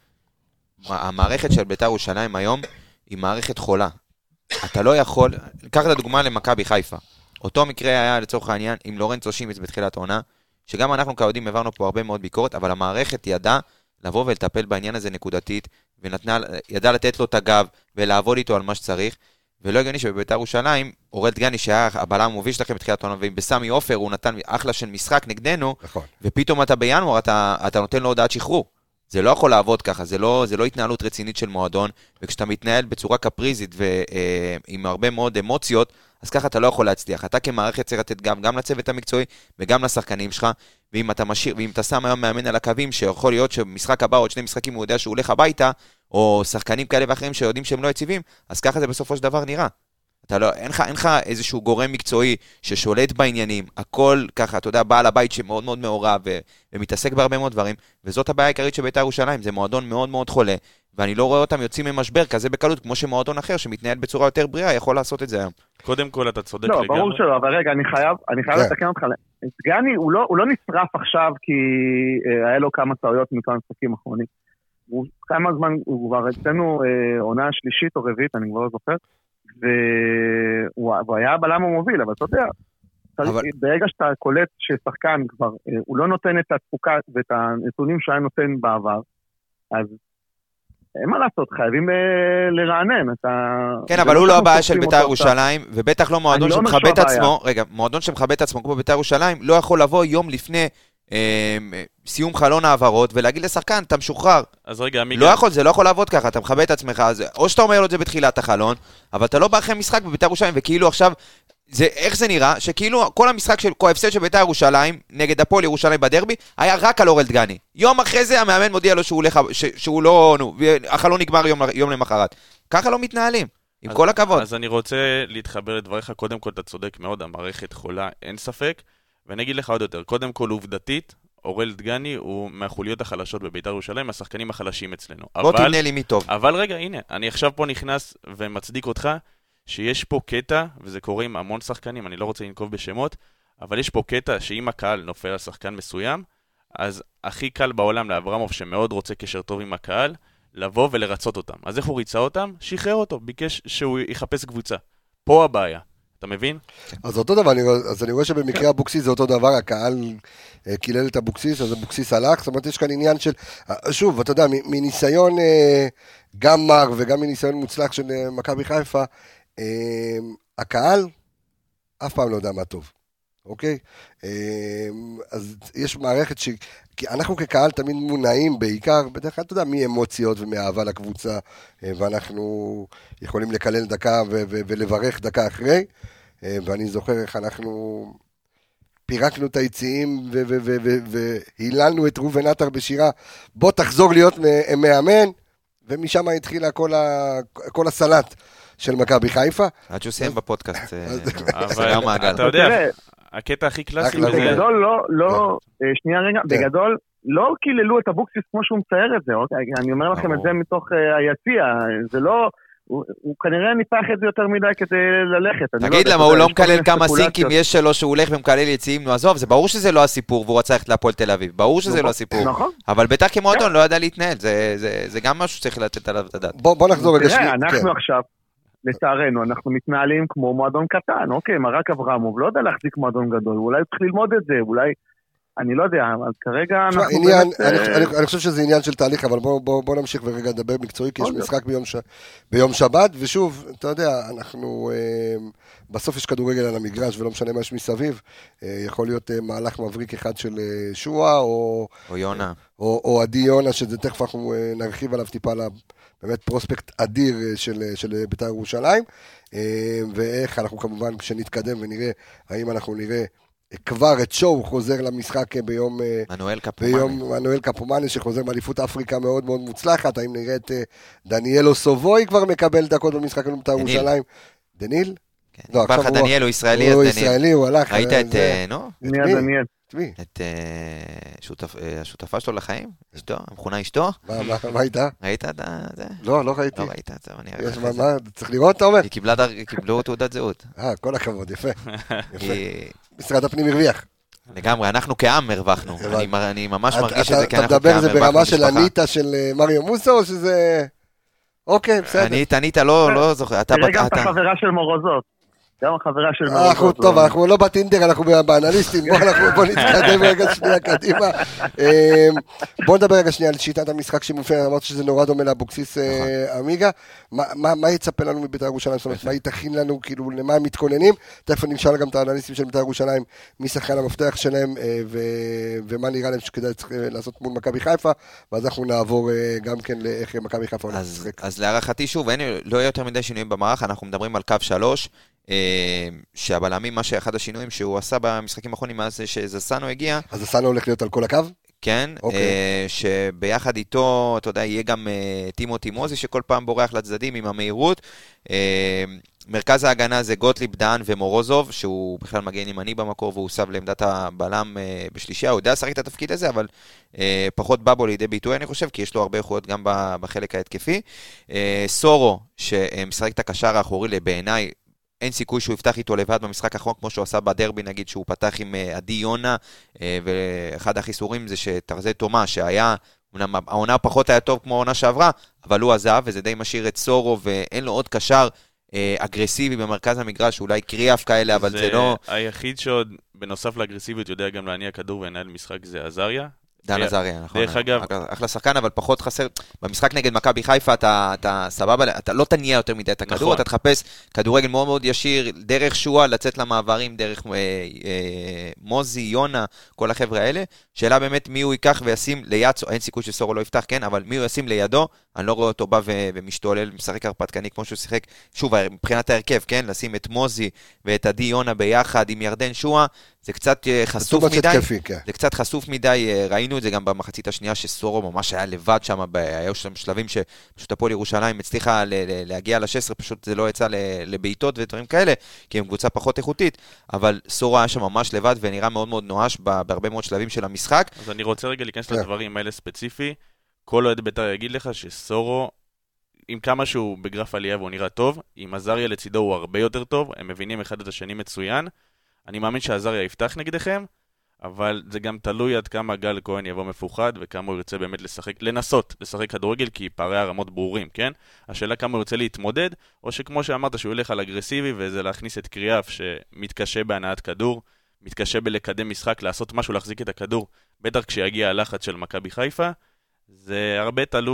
B: המערכת של בית"ר ירושלים היום היא מערכת חולה. אתה לא יכול, קח את הדוגמה למכבי חיפה. אותו מקרה היה לצורך העניין עם לורנצו שימיץ בתחילת העונה, שגם אנחנו כיודעים העברנו פה הרבה מאוד ביקורת, אבל המערכת ידעה לבוא ולטפל בעניין הזה נקודתית, וידעה לתת לו את הגב ולעבוד איתו על מה שצריך. ולא הגיוני שבבית"ר ירושלים, אורל דגני שהיה הבלם המוביל שלכם בתחילת העונה, ועם בסמי עופר הוא נתן אחלה של משחק נגדנו, נכון. ופתאום אתה בינואר, אתה, אתה נותן לו הודעת שחרור. זה לא יכול לעבוד ככה, זה לא, זה לא התנהלות רצינית של מועדון, וכשאתה מתנהל בצורה קפריזית ועם הרבה מאוד אמוציות, אז ככה אתה לא יכול להצליח. אתה כמערכת צריך לתת גם, גם לצוות המקצועי וגם לשחקנים שלך, ואם אתה משאיר, ואם אתה שם היום מאמן על הקווים, שיכול להיות שמשחק הבא, עוד שני משחקים הוא יודע שהוא הולך הביתה, או שחקנים כאלה ואחרים שיודעים שהם לא יציבים, אז ככה זה בסופו של דבר נראה. אתה לא, אין לך, אין לך איזשהו גורם מקצועי ששולט בעניינים, הכל ככה, אתה יודע, בעל הבית שמאוד מאוד מעורב ו- ומתעסק בהרבה מאוד דברים, וזאת הבעיה העיקרית של בית"ר ירושלים, זה מועדון מאוד מאוד חולה, ואני לא רואה אותם יוצאים ממשבר כזה בקלות, כמו שמועדון אחר שמתנהל בצורה יותר בריאה יכול לעשות את זה היום.
D: קודם כל אתה צודק
E: לגמרי.
D: לגמרי.
E: לא, ברור שלא, אבל רגע, אני חייב, אני חייב לתקן אותך. דגני, הוא לא, הוא לא נשרף עכשיו כי אה, היה לו כמה טעויות מכמה משחקים אחרונים. הוא כמה זמן, הוא כבר אצלנו אה, עונה שלישית או רביעית, אני כבר לא זוכר, והוא היה הבלם המוביל, אבל אתה יודע, אבל... ברגע שאתה קולט ששחקן כבר, אה, הוא לא נותן את התפוקה ואת הנתונים שהיה נותן בעבר, אז אין מה לעשות, חייבים לרענן. כן,
B: אבל הוא לא הבעיה של בית"ר ירושלים, ובטח לא מועדון שמכבד את עצמו, רגע, מועדון שמכבד את עצמו כמו בית"ר ירושלים, לא יכול לבוא יום לפני סיום חלון העברות, ולהגיד לשחקן, אתה משוחרר.
D: אז רגע,
B: לא יכול, זה לא יכול לעבוד ככה, אתה מכבד את עצמך, או שאתה אומר לו את זה בתחילת החלון, אבל אתה לא בא אחרי משחק בבית"ר ירושלים, וכאילו עכשיו, זה, איך זה נראה? שכאילו כל המשחק של ההפסד של בית"ר ירושלים נגד הפועל ירושלים בדרבי היה רק על אורל דגני. יום אחרי זה המאמן מודיע לו שהוא הולך, ש, שהוא לא, נו, החלון נגמר יום, יום למחרת. ככה לא מתנהלים, עם
D: אז,
B: כל הכבוד.
D: אז אני רוצה להתחבר לדבריך, קודם כל אתה צודק מאוד, המערכת חולה, אין ספק, ואני אגיד לך עוד יותר, קודם כל עובדתית, אורל דגני הוא מהחוליות החלשות בבית"ר ירושלים, השחקנים החלשים אצלנו.
B: בוא
D: אבל,
B: תבנה לי מי טוב.
D: אבל רגע, הנה, אני עכשיו פה נכנס ומצדיק אותך, שיש פה קטע, וזה קורה עם המון שחקנים, אני לא רוצה לנקוב בשמות, אבל יש פה קטע שאם הקהל נופל על שחקן מסוים, אז הכי קל בעולם לאברמוב שמאוד רוצה קשר טוב עם הקהל, לבוא ולרצות אותם. אז איך הוא ריצה אותם? שחרר אותו, ביקש שהוא יחפש קבוצה. פה הבעיה. אתה מבין?
A: אז אותו דבר, אני, אז אני רואה שבמקרה אבוקסיס זה אותו דבר, הקהל קילל את אבוקסיס, אז אבוקסיס הלך, זאת אומרת יש כאן עניין של, שוב, אתה יודע, מניסיון גם מר וגם מניסיון מוצלח של מכבי חיפה, הקהל, אף פעם לא יודע מה טוב. אוקיי? אז יש מערכת ש... כי אנחנו כקהל תמיד מונעים בעיקר, בדרך כלל אתה יודע, מאמוציות ומאהבה לקבוצה, ואנחנו יכולים לקלל דקה ו- ו- ולברך דקה אחרי, ואני זוכר איך אנחנו פירקנו את היציאים והיללנו את רובן עטר בשירה, בוא תחזור להיות מאמן, ומשם התחילה כל, ה... כל הסלט של מכבי חיפה.
B: עד שהוא סיים בפודקאסט,
D: אבל אתה יודע, הקטע הכי קלאסי
E: בזה. בגדול לא, לא, שנייה רגע, בגדול לא קיללו את אבוקסיס כמו שהוא מצייר את זה, אני אומר לכם את זה מתוך היציע, זה לא, הוא כנראה ניפח את זה יותר מדי כדי ללכת.
B: תגיד למה הוא לא מקלל כמה סינקים יש שלו שהוא הולך ומקלל יציאים, נו עזוב, זה ברור שזה לא הסיפור והוא רצה ללכת להפועל תל אביב, ברור שזה לא הסיפור. אבל בית"ר כמועדון לא ידע להתנהל, זה גם משהו שצריך לתת עליו את הדעת.
A: בוא נחזור רגע שנייה.
E: אנחנו עכשיו לצערנו, אנחנו מתנהלים כמו מועדון קטן, אוקיי, מרק אברמוב, לא יודע להחזיק מועדון גדול, אולי צריך ללמוד את זה, אולי, אני לא יודע, אבל כרגע אנחנו
A: עניין, באמת... אני, אני, אני חושב שזה עניין של תהליך, אבל בוא, בוא, בוא נמשיך ורגע לדבר מקצועי, כי יש משחק ביום, ש... ביום שבת, ושוב, אתה יודע, אנחנו, אה, בסוף יש כדורגל על המגרש, ולא משנה מה יש מסביב, אה, יכול להיות אה, מהלך מבריק אחד של אה, שואה, או...
B: או יונה.
A: או, או עדי יונה, שזה תכף אנחנו אה, נרחיב עליו טיפה עליו, באמת פרוספקט אדיר של, של בית"ר ירושלים, ואיך אנחנו כמובן כשנתקדם ונראה האם אנחנו נראה כבר את שואו חוזר למשחק ביום
B: מנואל קפומאני,
A: ביום מנואל קפומאני שחוזר מאליפות אפריקה מאוד מאוד מוצלחת, האם נראה את דניאלו סובוי כבר מקבל דקות במשחק של בית"ר ירושלים, דניאל?
B: לא, עכשיו הוא דניאל, הוא ישראלי,
A: הוא ישראלי, הוא הלך.
B: ראית את, נו?
E: מי דניאל?
B: את השותפה שלו לחיים, אשתו, המכונה אשתו.
A: מה הייתה?
B: ראית את זה?
A: לא, לא ראיתי.
B: לא ראית את זה.
A: מה, צריך לראות, אתה אומר?
B: היא קיבלו תעודת זהות.
A: אה, כל הכבוד, יפה. משרד הפנים הרוויח.
B: לגמרי, אנחנו כעם הרווחנו. אני ממש מרגיש את זה, כי אנחנו
A: אתה מדבר זה ברמה של הניטה של מריו מוסו, או שזה... אוקיי, בסדר.
B: הניטה, הניטה, לא זוכר.
E: תראה גם את החברה של מורוזות. גם החברה של מורוזות.
A: טוב, אנחנו לא בטינדר, אנחנו באנליסטים, בוא נתקדם רגע שנייה קדימה. בוא נדבר רגע שנייה על שיטת המשחק שמופעלת, אמרת שזה נורא דומה לאבוקסיס אמיגה. מה יצפה לנו מבית"ר ירושלים? זאת אומרת, מה יתכין לנו, כאילו, למה הם מתכוננים? תכף נשאל גם את האנליסטים של בית"ר ירושלים, מי שחקן המפתח שלהם, ומה נראה להם שכדאי לעשות מול מכבי חיפה, ואז אנחנו נעבור גם כן לאיך מכבי חיפה הולך לשחק.
B: אז להערכתי, שוב, לא יהיה יותר מדי שינויים במערך, אנחנו מדברים על קו שלוש, שהבלמים, מה שאחד השינויים שהוא עשה במשחקים האחרונים מאז שזסנו הגיע.
A: אז זסנו הולך להיות על כל הקו?
B: כן, שביחד איתו, אתה יודע, יהיה גם טימו טימוזי שכל פעם בורח לצדדים עם המהירות. מרכז ההגנה זה גוטליב, דן ומורוזוב, שהוא בכלל מגן ימני במקור, והוא סב לעמדת הבלם בשלישייה, הוא יודע לשחק את התפקיד הזה, אבל פחות בא בו לידי ביטוי, אני חושב, כי יש לו הרבה יכולות גם בחלק ההתקפי. סורו, שמשחק את הקשר האחורי, בעיניי, אין סיכוי שהוא יפתח איתו לבד במשחק האחרון, כמו שהוא עשה בדרבי, נגיד שהוא פתח עם עדי יונה, ואחד החיסורים זה שתרזה תומה, שהיה, העונה פחות היה טוב כמו העונה שעברה, אבל הוא עזב, וזה די משאיר את סורו, ואין לו עוד קשר אגרסיבי במרכז המגרש, אולי קריאף כאלה, אבל זה לא...
D: היחיד שעוד, בנוסף לאגרסיביות, יודע גם להניע כדור ולנהל משחק, זה עזריה.
B: דן עזריה, נכון.
D: דרך אגב...
B: אחלה שחקן, אבל פחות חסר. במשחק נגד מכבי חיפה, אתה, אתה סבבה, אתה לא תניע יותר מדי את הכדור, נכון. אתה תחפש כדורגל מאוד מאוד ישיר, דרך שואה, לצאת למעברים, דרך אה, אה, מוזי, יונה, כל החבר'ה האלה. שאלה באמת מי הוא ייקח וישים ליד, אין סיכוי שסורו לא יפתח, כן, אבל מי הוא ישים לידו, אני לא רואה אותו בא ו- ומשתולל, משחק הרפתקני כמו שהוא שיחק, שוב, מבחינת ההרכב, כן, לשים את מוזי ואת עדי יונה ביחד עם ירדן שואה, זה קצת חשוף מדי, התקפי, כן. זה קצת חשוף מדי, ראינו את זה גם במחצית השנייה שסורו ממש היה לבד שם, היו שם שלבים שפשוט הפועל ירושלים הצליחה להגיע ל-שש עשרה, פשוט זה לא יצא לביתות ודברים כאלה, כי הם קבוצה פחות איכותית, אבל סורו היה שם ממש לבד ונראה מאוד מאוד נואש בהרבה מאוד שלבים של המשחק.
D: אז אני רוצה רגע להיכנס לדברים האלה ספציפי, כל אוהד בית"ר יגיד לך שסורו, עם כמה שהוא בגרף עלייה והוא נראה טוב, עם עזריה לצידו הוא הרבה יותר טוב, הם מבינים אחד את השני מצוין, אני מאמין שעזריה יפתח נגדכם, אבל זה גם תלוי עד כמה גל כהן יבוא מפוחד, וכמה הוא ירצה באמת לשחק, לנסות לשחק כדורגל, כי פערי הרמות ברורים, כן? השאלה כמה הוא ירצה להתמודד, או שכמו שאמרת שהוא ילך על אגרסיבי, וזה להכניס את קריאף שמתקשה בהנעת כדור, מתקשה בלקדם משחק, לעשות משהו, להחזיק את הכדור, בטח כשיגיע הלחץ של מכבי חיפה, זה הרבה תלוי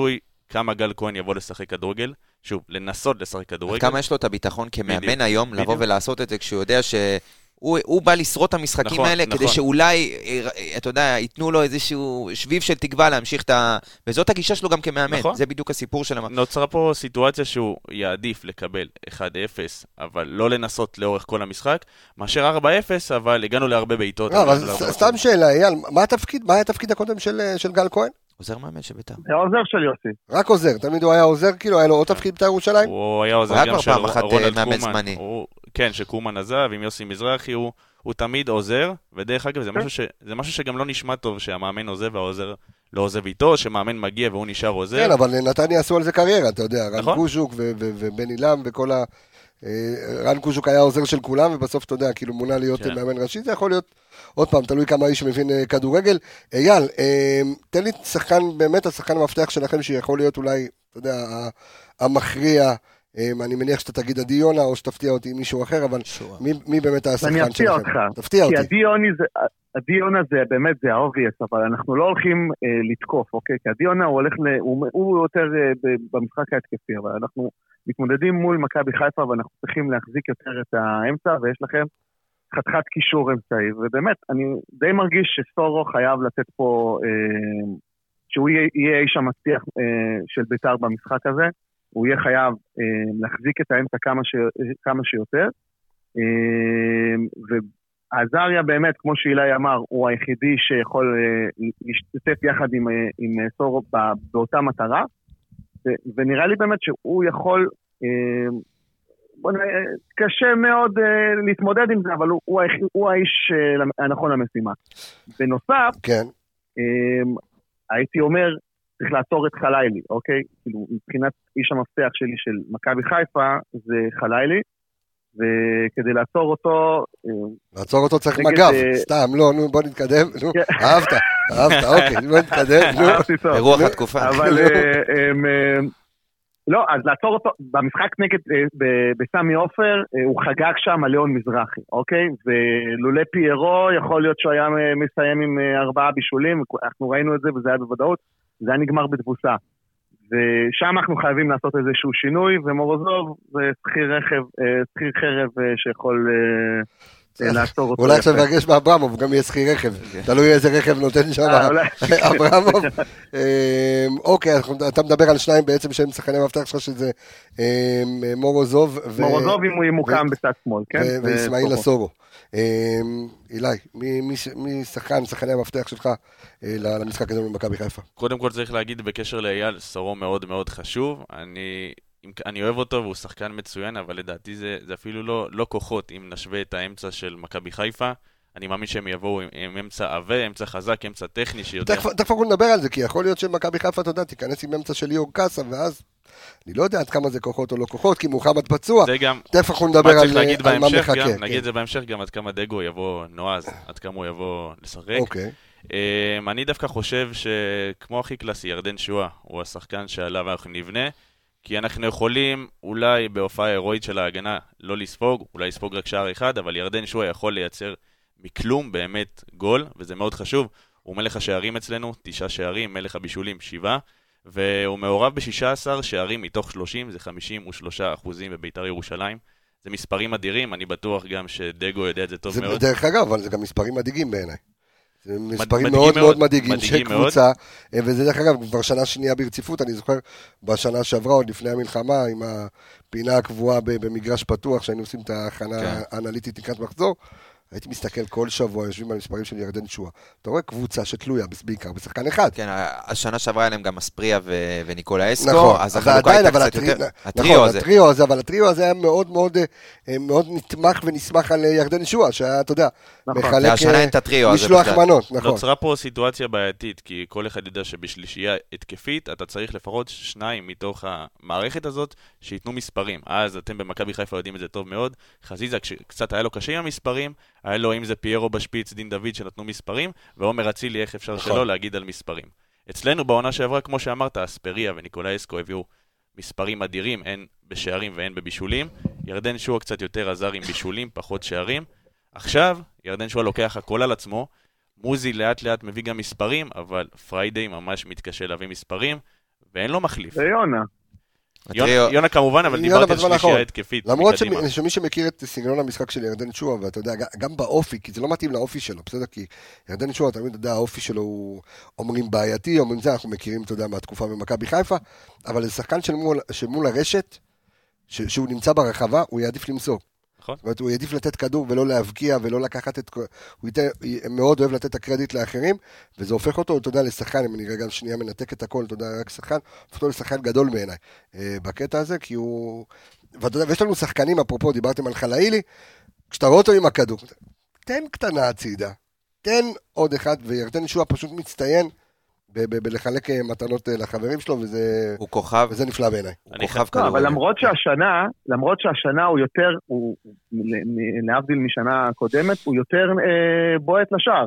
D: כמה גל כהן יבוא לשחק כדורגל, שוב, לנסות לשחק כדורגל.
B: כמה יש לו את הביטחון כמאמן היום, לבוא ולעשות את זה, כשהוא יודע שהוא בא לשרוד את המשחקים האלה, כדי שאולי, אתה יודע, ייתנו לו איזשהו שביב של תקווה להמשיך את ה... וזאת הגישה שלו גם כמאמן, זה בדיוק הסיפור של...
D: נוצרה פה סיטואציה שהוא יעדיף לקבל אחד אפס, אבל לא לנסות לאורך כל המשחק, מאשר ארבע אפס, אבל הגענו להרבה בעיטות.
A: סתם שאלה, אייל, מה התפקיד, מה היה התפקיד הקודם של גל כהן?
B: עוזר מאמן של בית"ר.
E: היה עוזר של יוסי.
A: רק עוזר, תמיד הוא היה עוזר, כאילו היה לו עוד תפקיד בית"ר ירושלים?
D: הוא היה עוזר גם של רונלד קומן. כן, שקומן עזב עם יוסי מזרחי, הוא, הוא תמיד עוזר, ודרך אגב זה משהו, ש, זה משהו שגם לא נשמע טוב, שהמאמן עוזב והעוזר לא עוזב איתו, שמאמן מגיע והוא נשאר עוזר.
A: כן, אבל נתניה עשו על זה קריירה, אתה יודע, רן קוז'וק ובן אילם וכל ה... רן קוז'וק היה עוזר של כולם, ובסוף אתה יודע, כאילו מונה להיות מאמן ראשי, זה יכול להיות, עוד פעם, תלוי כמה איש מבין כדורגל. אייל, תן לי שחקן, באמת השחקן המפתח שלכם, שיכול להיות אולי, אתה יודע, המכריע, אני מניח שאתה תגיד עדי יונה, או שתפתיע אותי עם מישהו אחר, אבל מי, מי באמת השחקן שלכם?
E: אני אפתיע אותך.
A: תפתיע אותי.
E: כי עדי יונה זה באמת, זה האובייס, אבל אנחנו לא הולכים אה, לתקוף, אוקיי? כי עדי יונה הוא הולך, ל, הוא, הוא יותר אה, במשחק ההתקפי, אבל אנחנו מתמודדים מול מכבי חיפה, ואנחנו צריכים להחזיק יותר את האמצע, ויש לכם חתיכת קישור אמצעי, ובאמת, אני די מרגיש שסורו חייב לתת פה, אה, שהוא יהיה, יהיה איש המבטיח אה, של בית"ר במשחק הזה, הוא יהיה חייב אה, להחזיק את האמצע כמה, ש, כמה שיותר, אה, ועזריה באמת, כמו שאילי אמר, הוא היחידי שיכול אה, להשתתף יחד עם, אה, עם סורו באותה מטרה, ו, ונראה לי באמת שהוא יכול, אה, בוא נראה, קשה מאוד אה, להתמודד עם זה, אבל הוא, הוא, היחיד, הוא האיש אה, הנכון למשימה. בנוסף,
A: כן.
E: אה, הייתי אומר, צריך לעצור את חלילי, אוקיי? כאילו, מבחינת איש המפתח שלי של מכבי חיפה, זה חלילי, וכדי לעצור אותו...
A: לעצור אותו צריך מגב, סתם, לא, נו, בוא נתקדם, נו, אהבת, אהבת, אוקיי, בוא נתקדם, נו.
B: ברוח התקופה.
E: אבל, לא, אז לעצור אותו, במשחק נגד, בסמי עופר, הוא חגג שם על ליאון מזרחי, אוקיי? ולולי פיירו, יכול להיות שהוא היה מסיים עם ארבעה בישולים, אנחנו ראינו את זה וזה היה בוודאות, זה היה נגמר בתבוסה. ושם אנחנו חייבים לעשות איזשהו שינוי, ומורוזוב זה שכיר רכב, שכיר חרב שיכול לעצור אותו.
A: אולי עכשיו נרגש באברמוב, גם יהיה שכיר רכב. תלוי איזה רכב נותן שם אברמוב. אוקיי, אתה מדבר על שניים בעצם שהם שחקני המפתח שלך, שזה מורוזוב.
E: מורוזוב אם הוא ימוקם בצד שמאל, כן?
A: ואסמאעיל סורו. אילי, מי שחקן, שחקני המפתח שלך למשחק הזה במכבי חיפה?
D: קודם כל צריך להגיד בקשר לאייל, סורו מאוד מאוד חשוב. אני... אני אוהב אותו והוא שחקן מצוין, אבל לדעתי זה, זה אפילו לא, לא כוחות אם נשווה את האמצע של מכבי חיפה. אני מאמין שהם יבואו עם, עם אמצע עבה, אמצע חזק, אמצע טכני שיודע...
A: תכף אנחנו נדבר על זה, כי יכול להיות שמכבי חיפה, אתה יודע, תיכנס עם אמצע של ליאור קאסה, ואז אני לא יודע עד כמה זה כוחות או לא כוחות, כי מוחמד פצוע.
D: זה גם...
A: תכף אנחנו נדבר על, על מה מחכה.
D: גם, נגיד זה בהמשך גם עד כמה דגו יבוא נועז, עד כמה הוא יבוא לשחק.
A: אוקיי.
D: Um, אני דווקא חושב שכמו הכי קלאסי, ירדן שואה הוא השחקן שעליו אנחנו נבנה, כי אנחנו יכולים אולי בהופעה הירואית של ההגנה לא לספוג, אולי לספוג רק שער אחד, אבל ירדן שואה יכול לייצר מכלום באמת גול, וזה מאוד חשוב. הוא מלך השערים אצלנו, תשעה שערים, מלך הבישולים, שבעה, והוא מעורב ב-שישה עשר שערים מתוך שלושים, זה חמישים ושלושה אחוזים בבית"ר ירושלים. זה מספרים אדירים, אני בטוח גם שדגו יודע את זה טוב
A: זה
D: מאוד.
A: דרך אגב, אבל זה גם מספרים מדאיגים בעיניי. זה מספרים מד, מאוד מאוד מדאיגים, מדאיגים של קבוצה, וזה דרך אגב כבר שנה שנייה ברציפות, אני זוכר בשנה שעברה עוד לפני המלחמה, עם הפינה הקבועה במגרש פתוח, שהיינו עושים את ההכנה כן. האנליטית לקראת מחזור, הייתי מסתכל כל שבוע, יושבים על מספרים של ירדן שואה. אתה רואה קבוצה שתלויה בעיקר בשחקן אחד.
B: כן, השנה שעברה עליהם גם אספריה וניקולה אסקו,
A: נכון,
B: אז החלוקה הייתה קצת יותר...
A: הטריו הזה. הטריו הזה, אבל הטריו הזה היה מאוד מאוד מאוד נתמך ונסמך על ירדן שואה, שהיה, אתה יודע,
B: מחלק
A: משלוח מנות.
D: נוצרה פה סיטואציה בעייתית, כי כל אחד יודע שבשלישייה התקפית, אתה צריך לפחות שניים מתוך המערכת הזאת, שיתנו מספרים. אז אתם במכבי חיפה יודעים את זה טוב מאוד. חזיזה, קצת היה לו קשה עם המספרים, היה לו אם זה פיירו בשפיץ, דין דוד שנתנו מספרים, ועומר אצילי איך אפשר שלא להגיד על מספרים. אצלנו בעונה שעברה, כמו שאמרת, אספריה וניקולה אסקו הביאו מספרים אדירים, הן בשערים והן בבישולים. ירדן שואה קצת יותר עזר עם בישולים, פחות שערים. עכשיו, ירדן שואה לוקח הכל על עצמו, מוזי לאט לאט מביא גם מספרים, אבל פריידי ממש מתקשה להביא מספרים, ואין לו מחליף.
E: זה יונה.
D: יונה, יונה כמובן, אבל דיברתי על שלישייה התקפית.
A: למרות שמי שמכיר את סגנון המשחק של ירדן שועה, ואתה יודע, גם באופי, כי זה לא מתאים לאופי שלו, בסדר? כי ירדן שועה, תמיד יודע, האופי שלו הוא אומרים בעייתי, אומרים זה, אנחנו מכירים, אתה יודע, מהתקופה במכבי חיפה, אבל זה שחקן שמול הרשת, שהוא נמצא ברחבה, הוא יעדיף למסור. זאת אומרת, הוא יעדיף לתת כדור ולא להבקיע ולא לקחת את... הוא מאוד אוהב לתת את הקרדיט לאחרים, וזה הופך אותו, אתה יודע, לשחקן, אם אני רגע שנייה מנתק את הכל, אתה יודע, רק שחקן, הופך אותו לשחקן גדול בעיניי, בקטע הזה, כי הוא... ואתה יודע, ויש לנו שחקנים, אפרופו, דיברתם על חלאילי, כשאתה רואה אותו עם הכדור, תן קטנה הצידה, תן עוד אחד, וירדן שועה פשוט מצטיין, בלחלק מתנות לחברים שלו, וזה
B: הוא כוכב,
A: וזה נפלא בעיניי.
B: הוא כוכב כדורגל.
E: אבל למרות שהשנה, למרות שהשנה הוא יותר, להבדיל משנה קודמת, הוא יותר בועט לשער.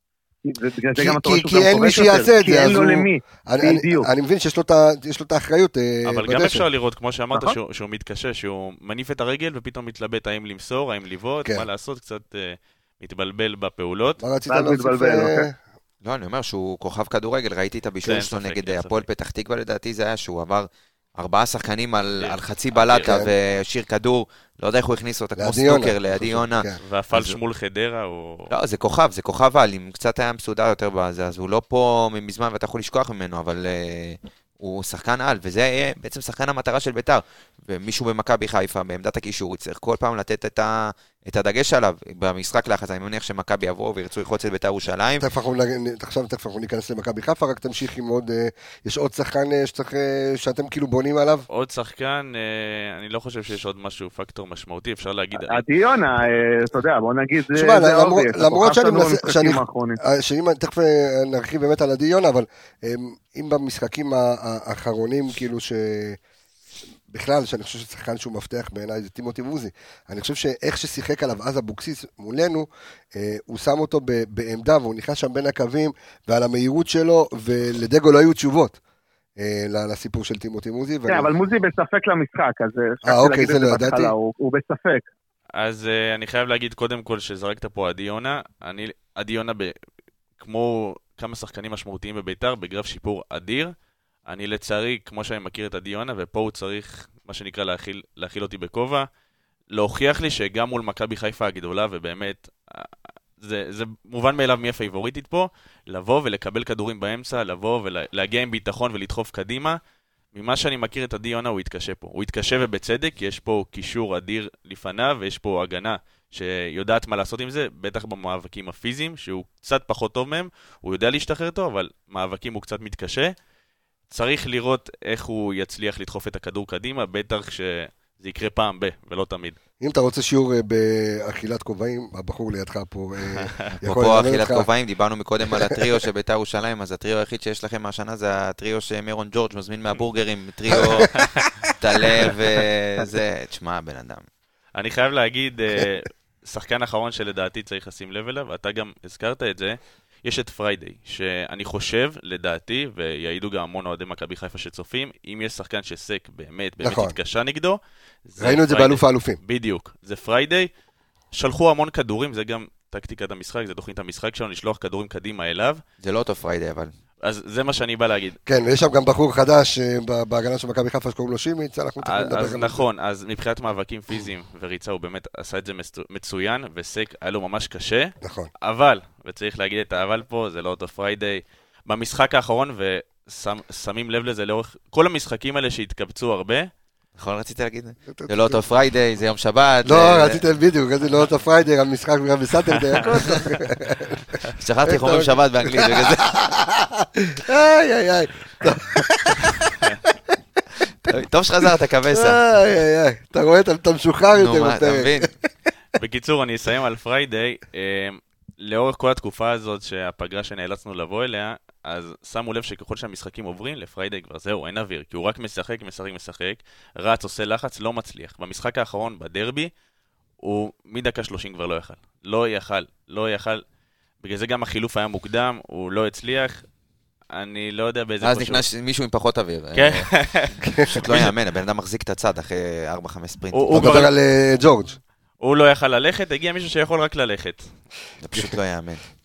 A: כי אין מי שיעשה את זה.
E: כי אין לו למי.
A: אני מבין שיש לו את האחריות.
D: אבל גם אפשר לראות, כמו שאמרת, שהוא מתקשה, שהוא מניף את הרגל, ופתאום מתלבט האם למסור, האם לבעוט, מה לעשות, קצת מתבלבל בפעולות.
A: מה רצית להוסיף?
B: לא, אני אומר שהוא כוכב כדורגל, ראיתי את הבישול שלו נגד הפועל פתח תקווה, לדעתי זה היה שהוא עבר ארבעה שחקנים על חצי בלטה ושיר כדור, לא יודע איך הוא הכניס אותה, כמו סטוקר לידי יונה.
D: והפלש מול חדרה הוא...
B: לא, זה כוכב, זה כוכב על, אם קצת היה מסודר יותר בזה, אז הוא לא פה מזמן ואתה יכול לשכוח ממנו, אבל הוא שחקן על, וזה יהיה בעצם שחקן המטרה של ביתר, ומישהו במכבי חיפה, בעמדת הקישור, צריך כל פעם לתת את ה... את הדגש עליו, במשחק לחץ, אני מניח שמכבי יבואו וירצו ללחוץ את ביתר ירושלים.
A: עכשיו תכף אנחנו ניכנס למכבי חיפה, רק תמשיך עם עוד, יש עוד שחקן שאתם כאילו בונים עליו?
D: עוד שחקן, אני לא חושב שיש עוד משהו, פקטור משמעותי, אפשר להגיד...
E: עדי יונה, אתה יודע, בוא נגיד, זה
A: אובייס, למרות שאני, תכף נרחיב באמת על עדי יונה, אבל אם במשחקים האחרונים, כאילו ש... בכלל, שאני חושב ששחקן שהוא מפתח בעיניי זה טימותי מוזי. אני חושב שאיך ששיחק עליו אז אבוקסיס מולנו, אה, הוא שם אותו ב- בעמדה, והוא נכנס שם בין הקווים, ועל המהירות שלו, ולדגו לא היו תשובות אה, לסיפור של טימותי מוזי.
E: כן,
A: ואני...
E: אבל מוזי בספק למשחק, אז...
A: אה, אוקיי, זה לא ידעתי.
E: הוא, הוא בספק.
D: אז אה, אני חייב להגיד קודם כל שזרקת פה עדי יונה, אני, עדי יונה ב... כמו כמה שחקנים משמעותיים בביתר, בגרף שיפור אדיר, אני לצערי, כמו שאני מכיר את עדי יונה, ופה הוא צריך, מה שנקרא, להכיל, להכיל אותי בכובע, להוכיח לי שגם מול מכבי חיפה הגדולה, ובאמת, זה, זה מובן מאליו מי הפייבוריטית פה, לבוא ולקבל כדורים באמצע, לבוא ולהגיע עם ביטחון ולדחוף קדימה. ממה שאני מכיר את עדי יונה, הוא יתקשה פה. הוא יתקשה ובצדק, כי יש פה קישור אדיר לפניו, ויש פה הגנה שיודעת מה לעשות עם זה, בטח במאבקים הפיזיים, שהוא קצת פחות טוב מהם, הוא יודע להשתחרר טוב, אבל מאבקים הוא קצת מתקשה. צריך לראות איך הוא יצליח לדחוף את הכדור קדימה, בטח שזה יקרה פעם ב, ולא תמיד.
A: אם אתה רוצה שיעור באכילת כובעים, הבחור לידך פה יכול
B: ללמד אותך. אכילת כובעים, דיברנו מקודם על הטריו של ביתר ירושלים, אז הטריו היחיד שיש לכם מהשנה זה הטריו שמירון ג'ורג' מזמין מהבורגרים, טריו תלה וזה, תשמע בן אדם.
D: אני חייב להגיד, שחקן אחרון שלדעתי צריך לשים לב אליו, ואתה גם הזכרת את זה, יש את פריידי, שאני חושב, לדעתי, ויעידו גם המון אוהדי מכבי חיפה שצופים, אם יש שחקן שסק באמת, באמת
A: נכון.
D: התקשה נגדו,
A: ראינו את זה באלוף האלופים.
D: בדיוק, זה פריידי, שלחו המון כדורים, זה גם טקטיקת המשחק, זה תוכנית המשחק שלנו, לשלוח כדורים קדימה אליו.
B: זה לא אותו פריידי, אבל...
D: אז זה מה שאני בא להגיד.
A: כן, ויש שם גם בחור חדש בהגנה של מכבי חיפה שקוראים לו שימיץ, אנחנו תכף נדבר.
D: אז נכון, אז מבחינת מאבקים פיזיים וריצה הוא באמת עשה את זה מצוין, וסק היה לו ממש קשה.
A: נכון.
D: אבל, וצריך להגיד את האבל פה, זה לא אותו פריידי. במשחק האחרון, ושמים לב לזה לאורך כל המשחקים האלה שהתקבצו הרבה,
B: נכון, רציתי להגיד, זה לא אותו פריידי, זה יום שבת.
A: לא, רציתי בדיוק, זה לא אותו פריידי, המשחק גם בסטרדי.
B: שכחתי איך אומרים שבת באנגלית, בגלל זה.
A: איי, איי, איי.
B: טוב שחזרת, קבסה.
A: איי, איי, איי. אתה רואה, אתה משוחרר יותר.
B: נו, מה, אתה מבין?
D: בקיצור, אני אסיים על פריידי. לאורך כל התקופה הזאת שהפגרה שנאלצנו לבוא אליה, אז שמו לב שככל שהמשחקים עוברים, לפריידי כבר זהו, אין אוויר, כי הוא רק משחק, משחק, משחק, רץ, עושה לחץ, לא מצליח. במשחק האחרון, בדרבי, הוא מדקה שלושים כבר לא יכל. לא יכל, לא יכל. בגלל זה גם החילוף היה מוקדם, הוא לא הצליח. אני לא יודע באיזה...
B: אז נכנס מישהו עם פחות אוויר.
D: כן.
B: פשוט לא יאמן, הבן אדם מחזיק את הצד אחרי ארבע חמש ספרינטים.
A: הוא מדבר על ג'ורג'.
D: הוא לא יכל ללכת, הגיע מישהו שיכול רק ללכת.
B: זה פשוט לא יאמן.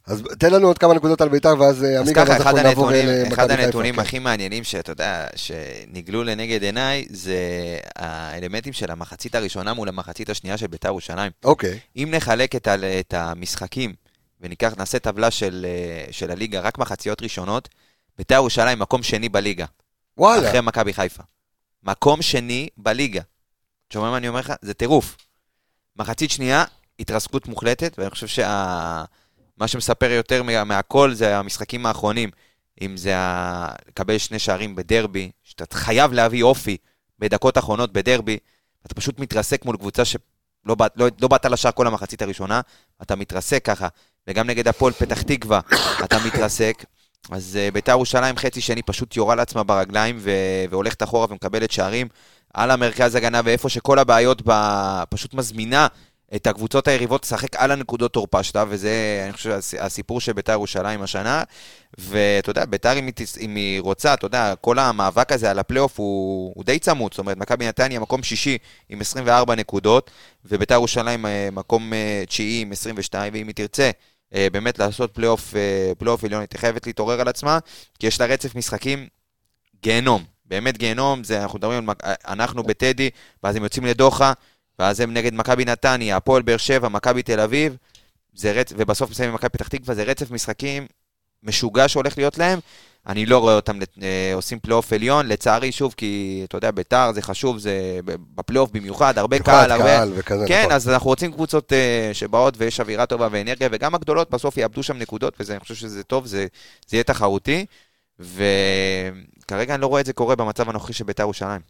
A: אז תן לנו עוד כמה נקודות על ביתר, ואז עמיגה, ואז אנחנו נעבור למכבי חיפה.
B: אחד הנתונים הכי מעניינים שאתה יודע, שנגלו לנגד עיניי, זה האלמנטים של המחצית הראשונה מול המחצית השנייה של ביתר ירושלים.
A: אוקיי.
B: אם נחלק את המשחקים, וניקח, נעשה טבלה של, של הליגה, רק מחציות ראשונות, ביתר ירושלים מקום שני בליגה.
A: וואלה.
B: אחרי מכבי חיפה. מקום שני בליגה. שומע מה אני אומר לך? זה טירוף. מחצית שנייה, התרסקות מוחלטת, ואני חושב שה... מה שמספר יותר מה, מהכל זה המשחקים האחרונים, אם זה ה... לקבל שני שערים בדרבי, שאתה חייב להביא אופי בדקות האחרונות בדרבי, אתה פשוט מתרסק מול קבוצה שלא באת, לא, לא באת לשער כל המחצית הראשונה, אתה מתרסק ככה, וגם נגד הפועל פתח תקווה, אתה מתרסק, אז uh, ביתר ירושלים חצי שני פשוט יורה לעצמה ברגליים, ו... והולכת אחורה ומקבלת שערים, על המרכז הגנה, ואיפה שכל הבעיות ב... פשוט מזמינה, את הקבוצות היריבות לשחק על הנקודות תורפה שלה, וזה, אני חושב, הסיפור של ביתר ירושלים השנה, ואתה יודע, ביתר אם היא רוצה, אתה יודע, כל המאבק הזה על הפלייאוף הוא, הוא די צמוד, זאת אומרת, מכבי נתניה מקום שישי עם עשרים וארבע נקודות, וביתר ירושלים מקום תשיעי עם עשרים ושתיים, ואם היא תרצה באמת לעשות פלייאוף, פלייאוף עליון, היא חייבת להתעורר על עצמה, כי יש לה רצף משחקים גיהנום, באמת גיהנום, זה, אנחנו מדברים, אנחנו בטדי, ואז הם יוצאים לדוחה, ואז הם נגד מכבי נתניה, הפועל באר שבע, מכבי תל אביב, זה רצ... ובסוף מסיימים מכבי פתח תקווה, זה רצף משחקים משוגע שהולך להיות להם, אני לא רואה אותם עושים פלייאוף עליון, לצערי שוב, כי אתה יודע, ביתר זה חשוב, זה בפלייאוף במיוחד, הרבה קהל, הרבה... כן, אז אנחנו רוצים קבוצות שבאות ויש אווירה טובה ואנרגיה, וגם הגדולות בסוף יאבדו שם נקודות, וזה, אני חושב שזה טוב, זה, זה יהיה תחרותי, וכרגע אני לא רואה את זה קורה במצב הנוכחי של ביתר ירושלים.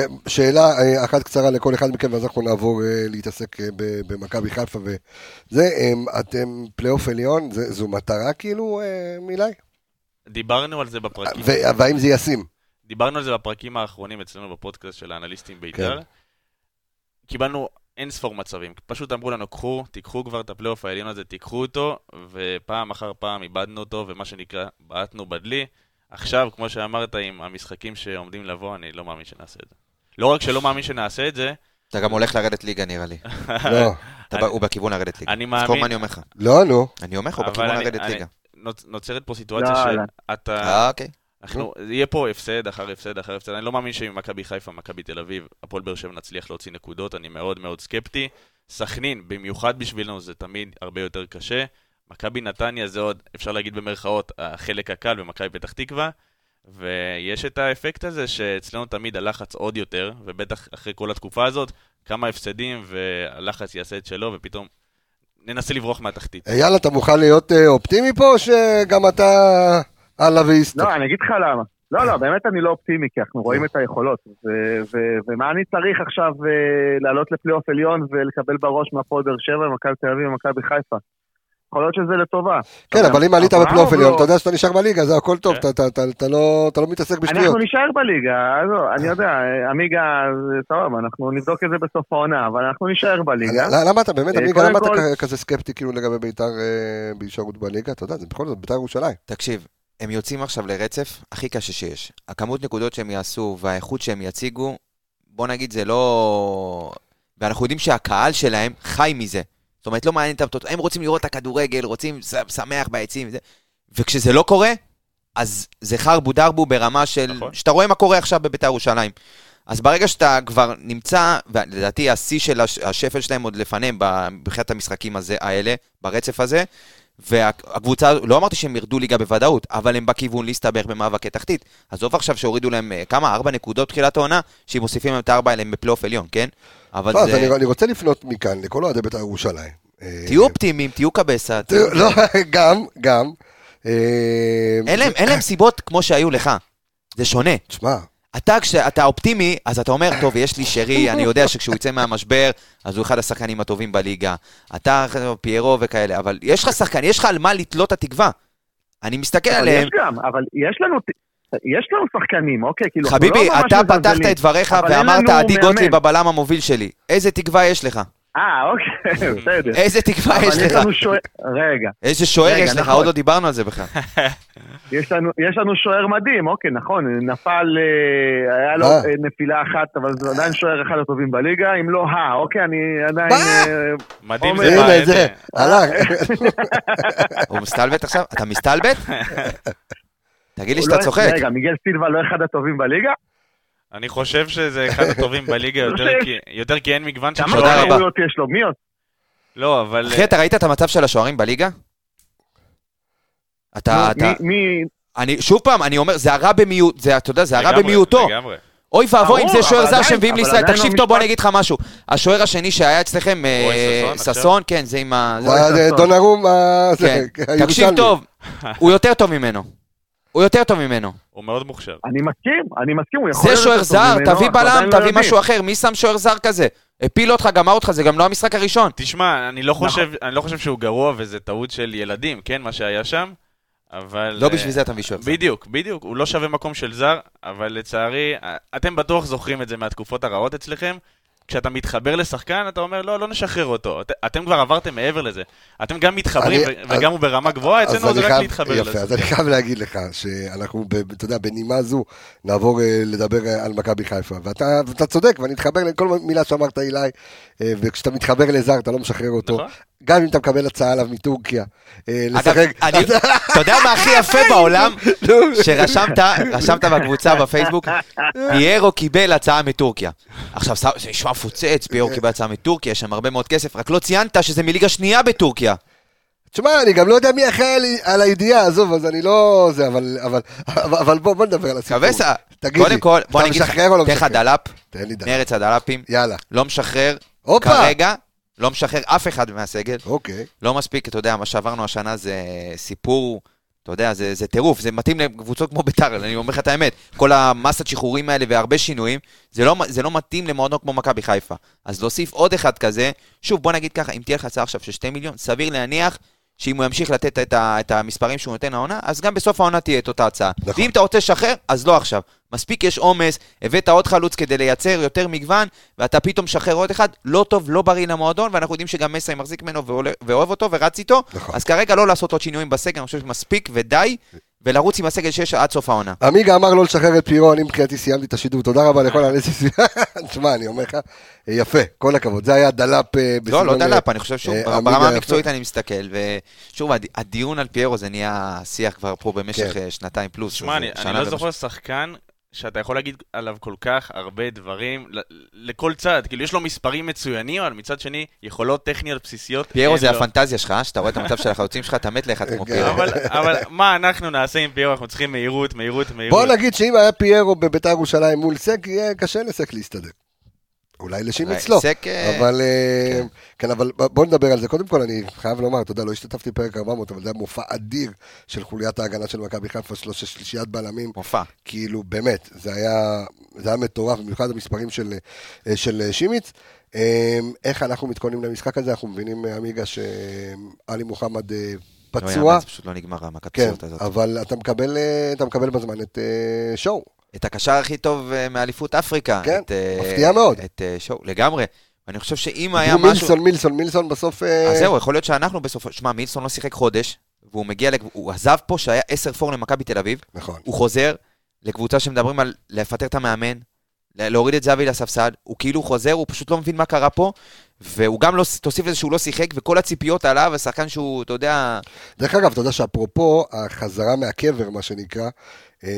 A: שאלה אחת קצרה לכל אחד מכם, ואז אנחנו נעבור להתעסק במכבי חיפה, וזה, אתם פלייאוף עליון, זו מטרה כאילו, מילי?
D: דיברנו על זה בפרקים.
A: והאם זה ישים?
D: דיברנו על זה בפרקים האחרונים אצלנו בפודקאסט של האנליסטים ביתר. קיבלנו אין ספור מצבים. פשוט אמרו לנו, קחו, תיקחו כבר את הפלייאוף העליון הזה, תיקחו אותו, ופעם אחר פעם איבדנו אותו, ומה שנקרא, בעטנו בדלי. עכשיו, כמו שאמרת, עם המשחקים שעומדים לבוא, אני לא מאמין שנעשה את זה. לא רק שלא מאמין שנעשה את זה...
B: אתה גם הולך לרדת ליגה, נראה לי.
A: לא.
B: הוא בכיוון לרדת ליגה.
D: אני מאמין...
B: זכור מה אני אומר לך.
A: לא, נו.
B: אני אומר לך, הוא בכיוון לרדת ליגה.
D: נוצרת פה סיטואציה שאתה...
B: אה, אוקיי.
D: אנחנו, יהיה פה הפסד אחר הפסד אחר הפסד. אני לא מאמין שמכבי חיפה, מכבי תל אביב, הפועל באר שבע נצליח להוציא נקודות, אני מאוד מאוד סקפטי. סכנין, במיוחד בשבילנו, זה תמיד הרבה יותר קשה. מכבי נתניה זה עוד, אפשר להגיד במרכאות, החלק הקל במכבי פתח תקווה, ויש את האפקט הזה שאצלנו תמיד הלחץ עוד יותר, ובטח אחרי כל התקופה הזאת, כמה הפסדים והלחץ יעשה את שלו, ופתאום ננסה לברוח מהתחתית.
A: יאללה, אתה מוכן להיות אופטימי פה, או שגם אתה על הוויסט?
E: לא, אני אגיד לך למה. לא, לא, באמת אני לא אופטימי, כי אנחנו רואים את היכולות. ומה אני צריך עכשיו לעלות לפלייאוף עליון ולקבל בראש מהפועל באר שבע, מכבי תל אביב ומכבי חיפה? יכול להיות שזה לטובה.
A: כן, אבל אם עלית בפלייאוף עליון, אתה יודע שאתה נשאר בליגה, זה הכל טוב, אתה לא מתעסק בשטויות.
E: אנחנו נשאר בליגה, אני יודע, עמיגה, טוב, אנחנו נבדוק את זה בסוף העונה, אבל אנחנו נשאר בליגה.
A: למה אתה באמת, עמיגה, למה אתה כזה סקפטי כאילו לגבי ביתר בהישארות בליגה? אתה יודע, זה בכל זאת ביתר ירושלים.
B: תקשיב, הם יוצאים עכשיו לרצף הכי קשה שיש. הכמות נקודות שהם יעשו והאיכות שהם יציגו, בוא נגיד זה לא... ואנחנו יודעים שהקהל שלהם חי מזה. זאת אומרת, לא מעניין אותם, הם רוצים לראות את הכדורגל, רוצים שמח בעצים, וכשזה לא קורה, אז זה חרבו דרבו ברמה של, נכון. שאתה רואה מה קורה עכשיו בביתר ירושלים. אז ברגע שאתה כבר נמצא, ולדעתי השיא של השפל שלהם עוד לפניהם, בבחינת המשחקים הזה, האלה, ברצף הזה, והקבוצה, לא אמרתי שהם ירדו ליגה בוודאות, אבל הם בכיוון להסתבך במאבקי תחתית. עזוב עכשיו שהורידו להם כמה, ארבע נקודות תחילת העונה, שהם מוסיפים להם את הארבע אליהם בפלייאוף עליון, כן? אבל
A: זה... אני, אני רוצה לפנות מכאן לכל אוהדי בית"ר ירושלים.
B: תהיו אופטימיים, תהיו קבסה.
A: לא, גם, גם.
B: אין להם סיבות כמו שהיו לך. זה שונה.
A: תשמע.
B: אתה, כשאתה אופטימי, אז אתה אומר, טוב, יש לי שרי, אני יודע שכשהוא יצא מהמשבר, אז הוא אחד השחקנים הטובים בליגה. אתה, פיירו וכאלה, אבל יש לך שחקן, יש לך על מה לתלות התקווה. אני מסתכל עליהם.
E: יש גם, אבל יש לנו... יש לנו שחקנים, אוקיי?
B: חביבי, אתה פתחת את דבריך ואמרת, עדי גוטליב בבלם המוביל שלי. איזה תקווה יש לך?
E: אה, אוקיי, בסדר.
B: איזה תקווה יש
E: אבל יש
B: לך?
E: לנו שוער... רגע.
B: איזה שוער
E: רגע,
B: יש לך?
E: נכון.
B: עוד לא דיברנו על זה בכלל.
E: יש לנו, יש לנו שוער מדהים, אוקיי, נכון, נפל, אה, היה לו
A: אה.
E: אה, נפילה אחת, אבל זה עדיין שוער אחד הטובים בליגה, אם לא ה, אוקיי, אני עדיין...
A: מה?
E: אה,
D: מדהים
E: עומר,
D: זה
A: הנה,
D: מה,
A: זה, הלך.
B: הוא מסתלבט עכשיו? אתה מסתלבט? תגיד לי
E: הוא
B: שאתה
E: לא-
B: צוחק.
E: רגע, מיגל סילבה לא אחד הטובים בליגה?
D: אני חושב שזה אחד הטובים בליגה, יותר כי- יותר כי אין מגוון של
E: כמה
B: תודה רבה.
D: שוערים.
E: טעויות יש לו, מי עוד?
D: לא, אבל...
B: אחי, אתה ראית את המצב של השוערים בליגה? אתה,
E: נו,
B: אתה,
E: מי- מי...
B: אני, שוב פעם, אני אומר, זה הרע במיעוט, זה, אתה יודע, זה הרע
D: לגמרי,
B: במיעוטו.
D: לגמרי.
B: אוי ואבוי אם
E: ברור,
B: זה שוער
E: אבל
B: זר
E: עדיין-
B: שמביאים
E: אבל
B: לישראל.
E: עדיין
B: תקשיב
E: לא
B: טוב, בוא
E: משפט-
B: אני אגיד לך משהו. השוער השני שהיה אצלכם, אה,
D: רועי ששון,
B: ששון, כן, זה עם ה...
A: מה, זה דונרום, ה- זה,
B: כן.
A: הירושלמי.
B: תקשיב טוב, הוא יותר טוב ממנו. הוא יותר טוב ממנו.
D: הוא מאוד מוכשר.
E: אני מסכים, אני מסכים, הוא יכול
B: זה
E: להיות
B: שוער
E: יותר טוב
B: זר,
E: ממנו,
B: תביא
E: אנחנו
B: בלם,
E: עדיין לא
B: תביא
E: יודעים.
B: משהו אחר. מי שם שוער זר כזה? הפיל אותך, גמר אותך, זה גם לא המשחק הראשון.
D: תשמע, אני לא חושב, אני לא חושב שהוא גרוע וזה טעות של ילדים, כן, מה שהיה שם, אבל...
B: לא בשביל זה אתה מביא שוער זר.
D: בדיוק, בדיוק, הוא לא שווה מקום של זר, אבל לצערי, אתם בטוח זוכרים את זה מהתקופות הרעות אצלכם, כשאתה מתחבר לשחקן, אתה אומר, לא, לא נשחרר אותו. את, אתם כבר עברתם מעבר לזה. אתם גם מתחברים,
A: אני-
D: ו- וגם הוא ברמה גבוהה,
A: אז
D: אצלנו
A: אני
D: זה רק
A: חייב-
D: להתחבר
A: יפה,
D: לזה.
A: אז אני חייב להגיד לך שאנחנו, ב- אתה יודע, בנימה זו נעבור אה, לדבר אה, על מכבי חיפה, ואתה ואתה צודק, ואני אתחבר לכל מילה שאמרת אילי, אה, וכשאתה מתחבר לזר אתה לא משחרר אותו,
D: נכון.
A: גם אם אתה מקבל הצעה עליו מטורקיה, אה,
B: אגב,
A: לשחק...
B: אני- אתה יודע מה הכי יפה בעולם? שרשמת, רשמת בקבוצה בפייסבוק, פיירו קיבל הצעה מטורקיה. עכשיו, זה נשמע מפוצץ, פיירו קיבל הצעה מטורקיה, יש שם הרבה מאוד כסף, רק לא ציינת שזה מליגה שנייה בטורקיה.
A: תשמע, אני גם לא יודע מי אחראי על- על הידיעה, עזוב, אז אני לא... זה, אבל, אבל, אבל, אבל בוא, בוא נדבר על הסיפור.
B: קבסה,
A: תגיד
B: קודם
A: לי,
B: כל, בוא
A: אתה
B: אני אגיד לך,
A: משחרר או לא
B: תן לך
A: משחרר?
B: דלאפ,
A: תן לי דלאפ.
B: מארץ הדלאפים,
A: יאללה,
B: לא משחרר,
A: הופה.
B: כרגע, לא משחרר אף אחד מהסגל,
A: אוקיי.
B: לא מספיק, אתה יודע, מה שעברנו השנה זה סיפור, אתה יודע, זה, זה טירוף, זה מתאים לקבוצות כמו בית"ר, אני אומר לך את האמת, כל המסת שחרורים האלה והרבה שינויים, זה לא, זה לא מתאים למועדון כמו מכבי חיפה. אז להוסיף עוד אחד כזה, שוב, בוא נגיד ככה, אם תהיה לך הצעה עכשיו של שתי מיליון, סביר להניח שאם הוא ימשיך לתת את, ה, את המספרים שהוא נותן העונה, אז גם בסוף העונה תהיה את אותה הצעה.
A: נכון.
B: ואם אתה רוצה לשחרר, אז לא עכשיו. מספיק יש עומס, הבאת עוד חלוץ כדי לייצר יותר מגוון, ואתה פתאום שחרר עוד אחד, לא טוב, לא בריא למועדון, ואנחנו יודעים שגם מסי מחזיק ממנו ועולה- ואוהב אותו ורץ איתו,
A: נכון.
B: אז כרגע לא לעשות עוד שינויים בסגל, אני חושב שמספיק ודי, ולרוץ עם הסגל שיש עד סוף העונה.
A: עמיגה אמר לא לשחרר את פירו, אני מבחינתי סיימתי את השידור, תודה רבה לכל האנשים. תשמע, אני אומר לך, יפה, כל הכבוד, זה היה דלאפ
B: לא, לא דלאפ, אני חושב שוב,
A: אה,
B: ברמה
A: עמיגה
B: המקצועית
A: יפה.
B: אני מסתכל, ושוב, הד- הדיון על פיירו זה נהיה שיח כבר פה במשך
A: כן.
B: אה, שנתיים פלוס.
D: תשמע,
B: אז,
D: אני,
B: אה,
D: אני
B: שנה
D: לא
B: ומשהו.
D: זוכר שחקן שאתה יכול להגיד עליו כל כך הרבה דברים, ל- לכל צד, כאילו יש לו מספרים מצוינים, אבל מצד שני, יכולות טכניות בסיסיות.
B: פיירו
D: אין
B: זה
D: לו.
B: הפנטזיה שלך, שאתה רואה את המצב של החלוצים שלך, אתה מת לאחד כמו
A: כן.
B: פיירו.
D: אבל, אבל מה אנחנו נעשה עם פיירו? אנחנו צריכים מהירות, מהירות, מהירות.
A: בוא נגיד שאם היה פיירו בביתר ירושלים מול סק, יהיה קשה לסק להסתדר. אולי לשימיץ לא.
B: סק, אה,
A: אבל אה, כן, אבל בוא נדבר על זה. קודם כל, אני חייב לומר, אתה יודע, לא השתתפתי בפרק ארבע מאות, אבל זה היה מופע אדיר של חוליית ההגנה של מכבי חיפה, שלושה שלישיית בלמים.
B: מופע.
A: כאילו, באמת, זה היה, זה היה מטורף, במיוחד המספרים של, אה, של שימיץ. אה, איך אנחנו מתכוננים למשחק הזה? אנחנו מבינים, עמיגה, שאלי מוחמד אה,
B: לא
A: פצוע.
B: יאמן, זה פשוט לא נגמר המכת
A: כן,
B: פציעות הזאת.
A: אבל אתה מקבל, אה, אתה מקבל בזמן את אה, שואו.
B: את הקשר הכי טוב אה, מאליפות אפריקה.
A: כן,
B: את, אה,
A: מפתיע מאוד.
B: את אה, שואו, לגמרי. ואני חושב שאם היה
A: הוא
B: משהו...
A: מילסון, מילסון, מילסון בסוף... אה,
B: אז זהו, יכול להיות שאנחנו בסופו... שמע, מילסון לא שיחק חודש, והוא מגיע, לג... הוא עזב פה שהיה עשר פור למכבי תל אביב,
A: נכון.
B: הוא חוזר לקבוצה שמדברים על לפטר את המאמן, להוריד את זהבי לספסל, הוא כאילו חוזר, הוא פשוט לא מבין מה קרה פה, והוא גם לא, תוסיף לזה שהוא לא שיחק, וכל הציפיות עליו, השחקן שהוא, אתה יודע...
A: דרך אגב, אתה יודע שאפרופו החזרה מהקבר, מה שנקרא, אה,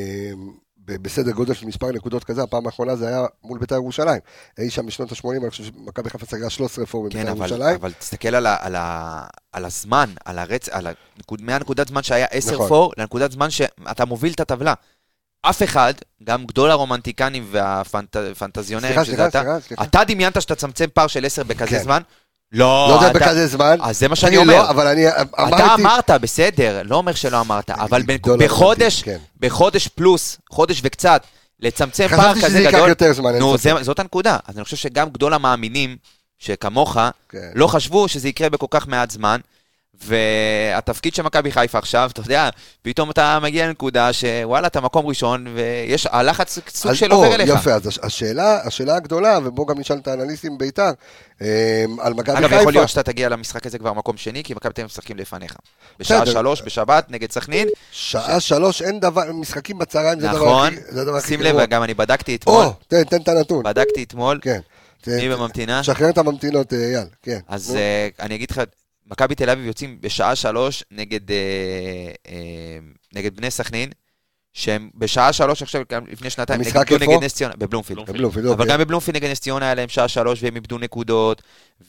A: בסדר גודל של מספר נקודות כזה, הפעם האחרונה זה היה מול בית"ר ירושלים. אי שם בשנות ה-שמונים, אני חושב שמכבי חיפה סגרה שלוש עשרה פור בבית"ר
B: כן, אבל,
A: ירושלים.
B: אבל תסתכל על, ה, על, ה, על הזמן, על הרצ... על הנקוד, מהנקודת זמן שהיה עשר
A: נכון.
B: פור, לנקודת זמן שאתה מוביל את הטבלה. אף אחד, גם גדול הרומנטיקנים והפנטזיונרים,
A: סליחה,
B: שזה
A: סליחה,
B: אתה,
A: סליחה, סליחה.
B: אתה דמיינת שאתה צמצם פער של עשר בכזה
A: כן.
B: זמן? לא,
A: לא יודע
B: אתה...
A: בכזה זמן.
B: אז זה מה שאני
A: אני
B: אומר.
A: לא, אבל אני
B: אתה
A: אמרתי...
B: אמרת, בסדר, לא אומר שלא אמרת, אבל ב-
A: גדול
B: בחודש,
A: הרומנטי, כן.
B: בחודש פלוס, חודש וקצת, לצמצם פער
A: חשבתי שזה
B: כזה
A: ייקח
B: גדול,
A: יותר זמן. אין
B: נו,
A: ספק.
B: זה- זאת הנקודה. אז אני חושב שגם גדול המאמינים, שכמוך,
A: כן.
B: לא חשבו שזה יקרה בכל כך מעט זמן, והתפקיד של מכבי חיפה עכשיו, אתה יודע, פתאום אתה מגיע לנקודה שוואלה, אתה מקום ראשון, ויש הלחץ סוג של עובר אליך.
A: יפה, אז השאלה, השאלה הגדולה, ובוא גם נשאל את האנליסטים בית"ר, על מכבי חיפה.
B: אגב, יכול להיות שאתה תגיע למשחק הזה כבר מקום שני, כי מכבי תל אביב משחקים לפניך. בשעה שלוש, בשבת, נגד סכנין.
A: שעה שלוש, אין דבר, משחקים בצהריים, זה דבר הכי גרוע.
B: נכון, שים לב, גם אני בדקתי אתמול.
A: או, תן, תן את הנתון.
B: בדקתי אתמול.
A: כן.
B: מי בממתינה?
A: שחרר את הממתינות, אייל, כן.
B: אז אני אגיד לך, מכבי תל אביב יוצאים בשעה שלוש נגד, נגד בני סכנין, שהם בשעה שלוש עכשיו, לפני שנתיים,
A: המשחק
B: נגד
A: איפה?
B: נס ציונה, בבלומפילד.
A: בבלומפילד,
B: אבל
A: אוקיי.
B: גם בבלומפילד נגד נס ציונה היה להם שעה שלוש, והם איבדו נקודות,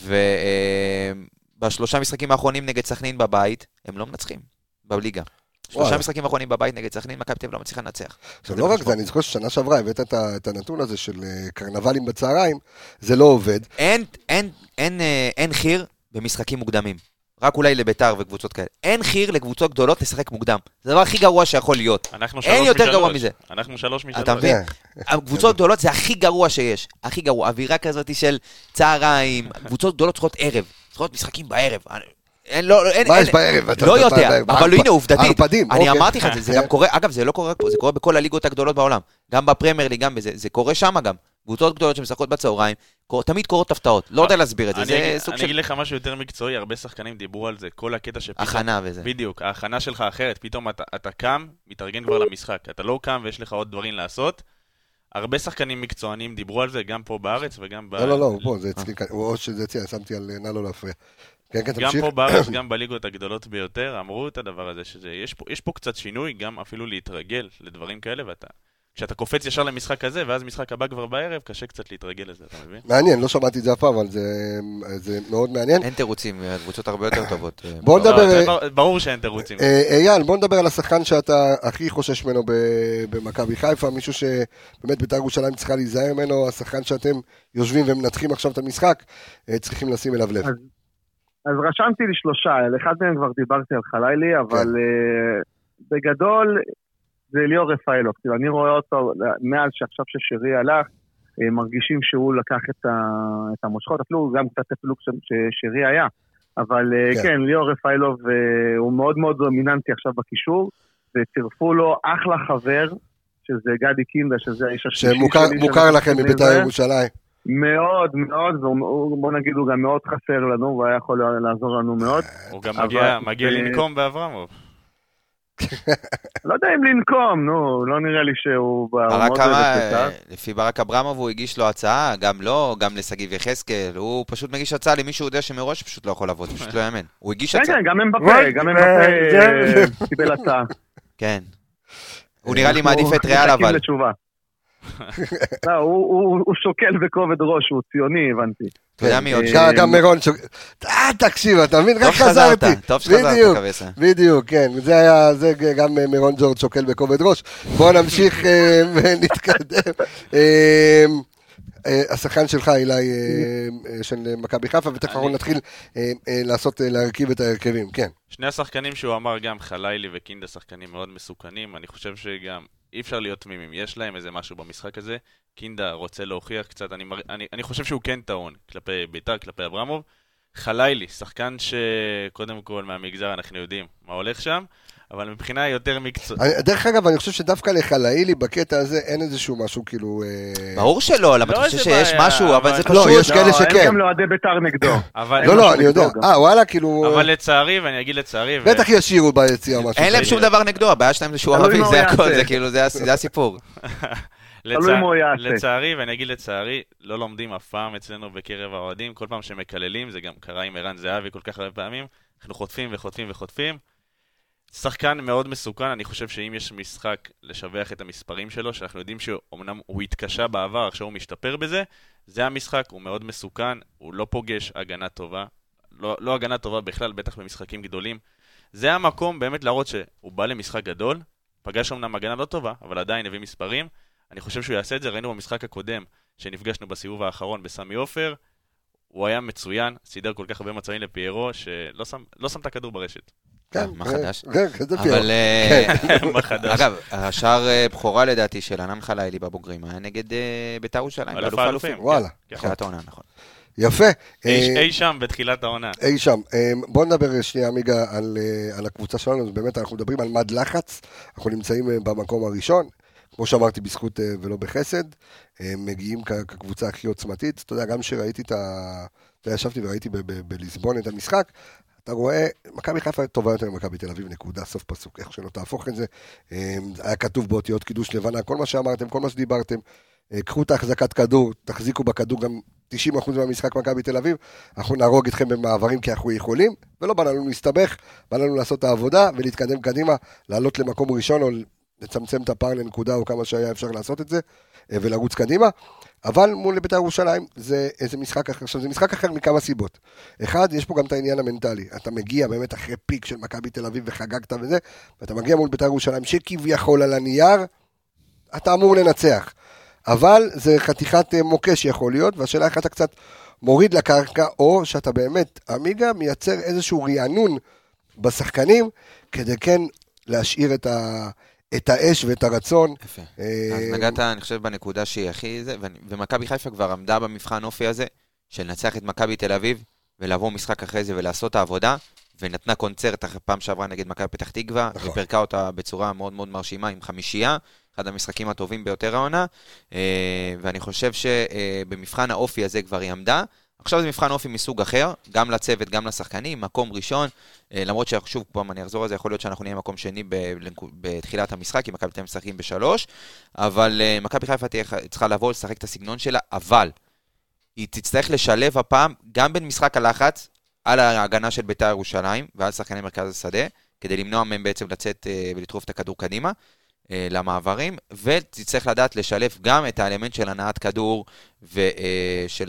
B: ובשלושה משחקים האחרונים נגד סכנין בבית, הם לא מנצחים בליגה. שלושה משחקים האחרונים בבית נגד סכנין, מכבי תל אביב לא מצליחה לנצח.
A: עכשיו לא רק זה, אני זוכר ששנה שעברה הבאת את הנתון הזה של קרנבלים בצהריים, זה לא עובד.
B: אין, אין, אין, אין חיר במשחקים מוקדמים. רק אולי לביתר וקבוצות כאלה. אין חיר לקבוצות גדולות לשחק מוקדם. זה הדבר הכי גרוע שיכול להיות. אין יותר גרוע מזה.
D: אנחנו שלוש משלוש.
B: אתה מבין? הקבוצות גדולות זה הכי גרוע שיש. הכי גרוע. אווירה כזאת של צהריים. קבוצות גדולות צריכות ערב. צריכות משחקים בערב. אין, לא, אין,
A: מה
B: אין,
A: יש בערב?
B: לא יודע, אבל הנה עובדתית.
A: ערפדים,
B: אני
A: אוקיי.
B: אמרתי לך, זה, זה גם קורה, אגב, זה לא קורה רק פה, זה קורה בכל הליגות הגדולות בעולם. גם בפרמייר ליג, גם בזה, זה קורה שם גם. קבוצות גדולות שמשחקות בצהריים, תמיד קורות הפתעות. לא יודע להסביר את זה, זה סוג של...
D: אני אגיד לך משהו יותר מקצועי, הרבה שחקנים דיברו על זה, כל הקטע שפתאום...
B: הכנה וזה.
D: בדיוק, ההכנה שלך אחרת, פתאום אתה, אתה קם, מתארגן כבר למשחק. אתה לא קם ויש לך עוד דברים לעשות. הרבה שחקנים מקצוענים דיברו על זה, גם פה בארץ וגם ב...
A: לא, לא, לא, פה, זה אצלי, או שזה אצלי, שמתי על נא לא להפריע.
D: גם פה בארץ, גם בליגות הגדולות ביותר, אמרו את הדבר הזה, שיש פה, יש פה קצת שינוי, גם אפילו להתרגל לדברים כאלה, ואתה, כשאתה קופץ ישר למשחק הזה, ואז משחק הבא כבר בערב, קשה קצת להתרגל לזה, אתה מבין?
A: מעניין, לא שמעתי את זה אף פעם, אבל זה, זה מאוד מעניין.
B: אין תירוצים, קבוצות הרבה יותר טובות.
A: בוא נדבר...
D: ברור שאין תירוצים.
A: אייל, בוא נדבר על השחקן שאתה הכי חושש ממנו במכבי חיפה, מישהו שבאמת בית"ר ירושלים צריכה להיזהר ממנו, השחקן שאתם יושבים ומנתחים עכשיו את המשחק, צריכים לשים אליו לב.
E: אז רשמתי לי שלושה, על אחד מהם כבר דיברתי על חלילי, אבל בגדול זה ליאור רפאלוב. אני רואה אותו, מאז שעכשיו ששרי הלך, מרגישים שהוא לקח את המושכות, אפילו גם קצת אפילו ששרי היה. אבל כן, ליאור רפאלוב הוא מאוד מאוד דומיננטי עכשיו בקישור, וצירפו לו אחלה חבר, שזה גדי קינדה, שזה האיש השלישי שלי.
A: שמוכר לכם מבית"ר ירושלים.
E: מאוד מאוד, בוא נגיד הוא גם מאוד חסר לנו, והוא היה יכול לעזור לנו מאוד.
D: הוא גם מגיע לנקום באברמוב.
E: לא יודע אם לנקום, נו, לא נראה לי שהוא...
B: לפי ברק אברמוב הוא הגיש לו הצעה, גם לא, גם לסגיב יחזקאל, הוא פשוט מגיש הצעה למישהו יודע שמראש פשוט לא יכול לעבוד, פשוט לא יאמן. הוא הגיש הצעה.
E: כן, גם הם בפה, גם הם בפה קיבל הצעה.
B: כן. הוא נראה לי מעדיף את ריאל אבל.
E: לא, הוא שוקל בכובד ראש, הוא ציוני, הבנתי.
B: אתה יודע מי עוד?
A: גם מירון שוקל... אה, תקשיב, אתה מבין? רק חזרתי.
B: טוב שחזרת, קבסה.
A: בדיוק, כן. זה היה, זה גם מירון ג'ורד שוקל בכובד ראש. בואו נמשיך ונתקדם. השחקן שלך, אילי, של מכבי חיפה, ותכף אנחנו נתחיל לעשות, להרכיב את ההרכבים, כן.
D: שני השחקנים שהוא אמר, גם חלילי וקינדה, שחקנים מאוד מסוכנים, אני חושב שגם אי אפשר להיות תמימים, יש להם איזה משהו במשחק הזה, קינדה רוצה להוכיח קצת, אני, אני, אני חושב שהוא כן טעון, כלפי בית"ר, כלפי אברמוב, חלילי, שחקן שקודם כל מהמגזר אנחנו יודעים מה הולך שם, אבל מבחינה יותר מקצוע.
A: דרך אגב, אני חושב שדווקא לחלילי בקטע הזה אין איזשהו משהו כאילו...
B: ברור שלא, למה אתה חושב שיש משהו, אבל זה פשוט...
A: לא, יש כאלה שכן.
E: אין גם לאוהדי בית"ר נגדו.
A: לא, לא, אני יודע. אה, וואלה, כאילו...
D: אבל לצערי, ואני אגיד לצערי...
A: בטח ישירו ביציאה משהו.
B: אין להם שום דבר נגדו, הבעיה שלהם זה שהוא ערבי, זה הכל, זה כאילו, זה הסיפור.
D: לצערי, ואני אגיד לצערי, לא לומדים אף פעם אצלנו בקרב האוהדים, כל פעם שמקללים, זה גם קרה עם ערן זהבי כל כך הרבה פעמים, אנחנו חוטפים וחוטפים וחוטפים. שחקן מאוד מסוכן, אני חושב שאם יש משחק לשבח את המספרים שלו, שאנחנו יודעים שאומנם הוא התקשה בעבר, עכשיו הוא משתפר בזה, זה המשחק, הוא מאוד מסוכן, הוא לא פוגש הגנה טובה, לא, לא הגנה טובה בכלל, בטח במשחקים גדולים. זה המקום באמת להראות שהוא בא למשחק גדול, פגש אומנם הגנה לא טובה, אבל עדיין הביא מספרים. אני חושב שהוא יעשה את זה, ראינו במשחק הקודם, שנפגשנו בסיבוב האחרון בסמי עופר, הוא היה מצוין, סידר כל כך הרבה מצבים לפיירו, שלא שם, לא שם את הכדור ברשת.
A: כן,
B: מה חדש?
A: אבל...
D: מה חדש?
B: אגב, השאר בחורה לדעתי של ענן חלילי בבוגרים, היה נגד בית"ר ירושלים.
D: אלוף האלופים.
A: וואלה.
B: תחילת העונה, נכון.
A: יפה.
D: אי שם בתחילת העונה.
A: אי שם. בואו נדבר שנייה, עמיגה, על, על הקבוצה שלנו. באמת אנחנו מדברים על מד לחץ. אנחנו נמצאים במקום הראשון. כמו שאמרתי, בזכות ולא בחסד. מגיעים כקבוצה הכי עוצמתית. אתה יודע, גם שראיתי את ה... אתה ישבתי וראיתי בליסבון את המשחק. אתה רואה, מכבי חיפה טובה יותר ממכבי תל אביב, נקודה, סוף פסוק, איך שלא תהפוך את זה. היה כתוב באותיות קידוש לבנה, כל מה שאמרתם, כל מה שדיברתם. קחו את ההחזקת כדור, תחזיקו בכדור גם תשעים אחוז מהמשחק מכבי תל אביב, אנחנו נהרוג אתכם במעברים כי אנחנו יכולים, ולא בא לנו להסתבך, בא לנו לעשות את העבודה ולהתקדם קדימה, לעלות למקום ראשון או לצמצם את הפער לנקודה או כמה שהיה אפשר לעשות את זה, ולרוץ קדימה. אבל מול בית"ר ירושלים זה איזה משחק אחר. עכשיו זה משחק אחר מכמה סיבות. אחד, יש פה גם את העניין המנטלי. אתה מגיע באמת אחרי פיק של מכבי תל אביב וחגגת וזה, ואתה מגיע מול בית"ר ירושלים שכביכול על הנייר, אתה אמור לנצח. אבל זה חתיכת מוקש יכול להיות, והשאלה איך אתה קצת מוריד לקרקע, או שאתה באמת, עמיגה, מייצר איזשהו רענון בשחקנים, כדי כן להשאיר את ה... את האש ואת הרצון.
B: יפה. אז נגעת, אני חושב, בנקודה שהיא הכי זה, ומכבי חיפה כבר עמדה במבחן אופי הזה, של לנצח את מכבי תל אביב, ולעבור משחק אחרי זה ולעשות את העבודה, ונתנה קונצרט אחרי פעם שעברה נגד מכבי פתח תקווה, ופרקה אותה בצורה מאוד מאוד מרשימה עם חמישייה, אחד המשחקים הטובים ביותר העונה, ואני חושב שבמבחן האופי הזה כבר היא עמדה. עכשיו זה מבחן אופי מסוג אחר, גם לצוות, גם לשחקנים, מקום ראשון, למרות ששוב, פעם אני אחזור על זה, יכול להיות שאנחנו נהיה מקום שני בתחילת המשחק, כי מכבי תל אביב משחקים בשלוש, אבל מכבי חיפה צריכה לבוא לשחק את הסגנון שלה, אבל היא תצטרך לשלב הפעם, גם בין משחק הלחץ, על ההגנה של בית"ר ירושלים, ועל שחקני מרכז השדה, כדי למנוע מהם בעצם לצאת ולטרוף את הכדור קדימה, למעברים, ותצטרך לדעת לשלב גם את האלמנט של הנעת כדור ושל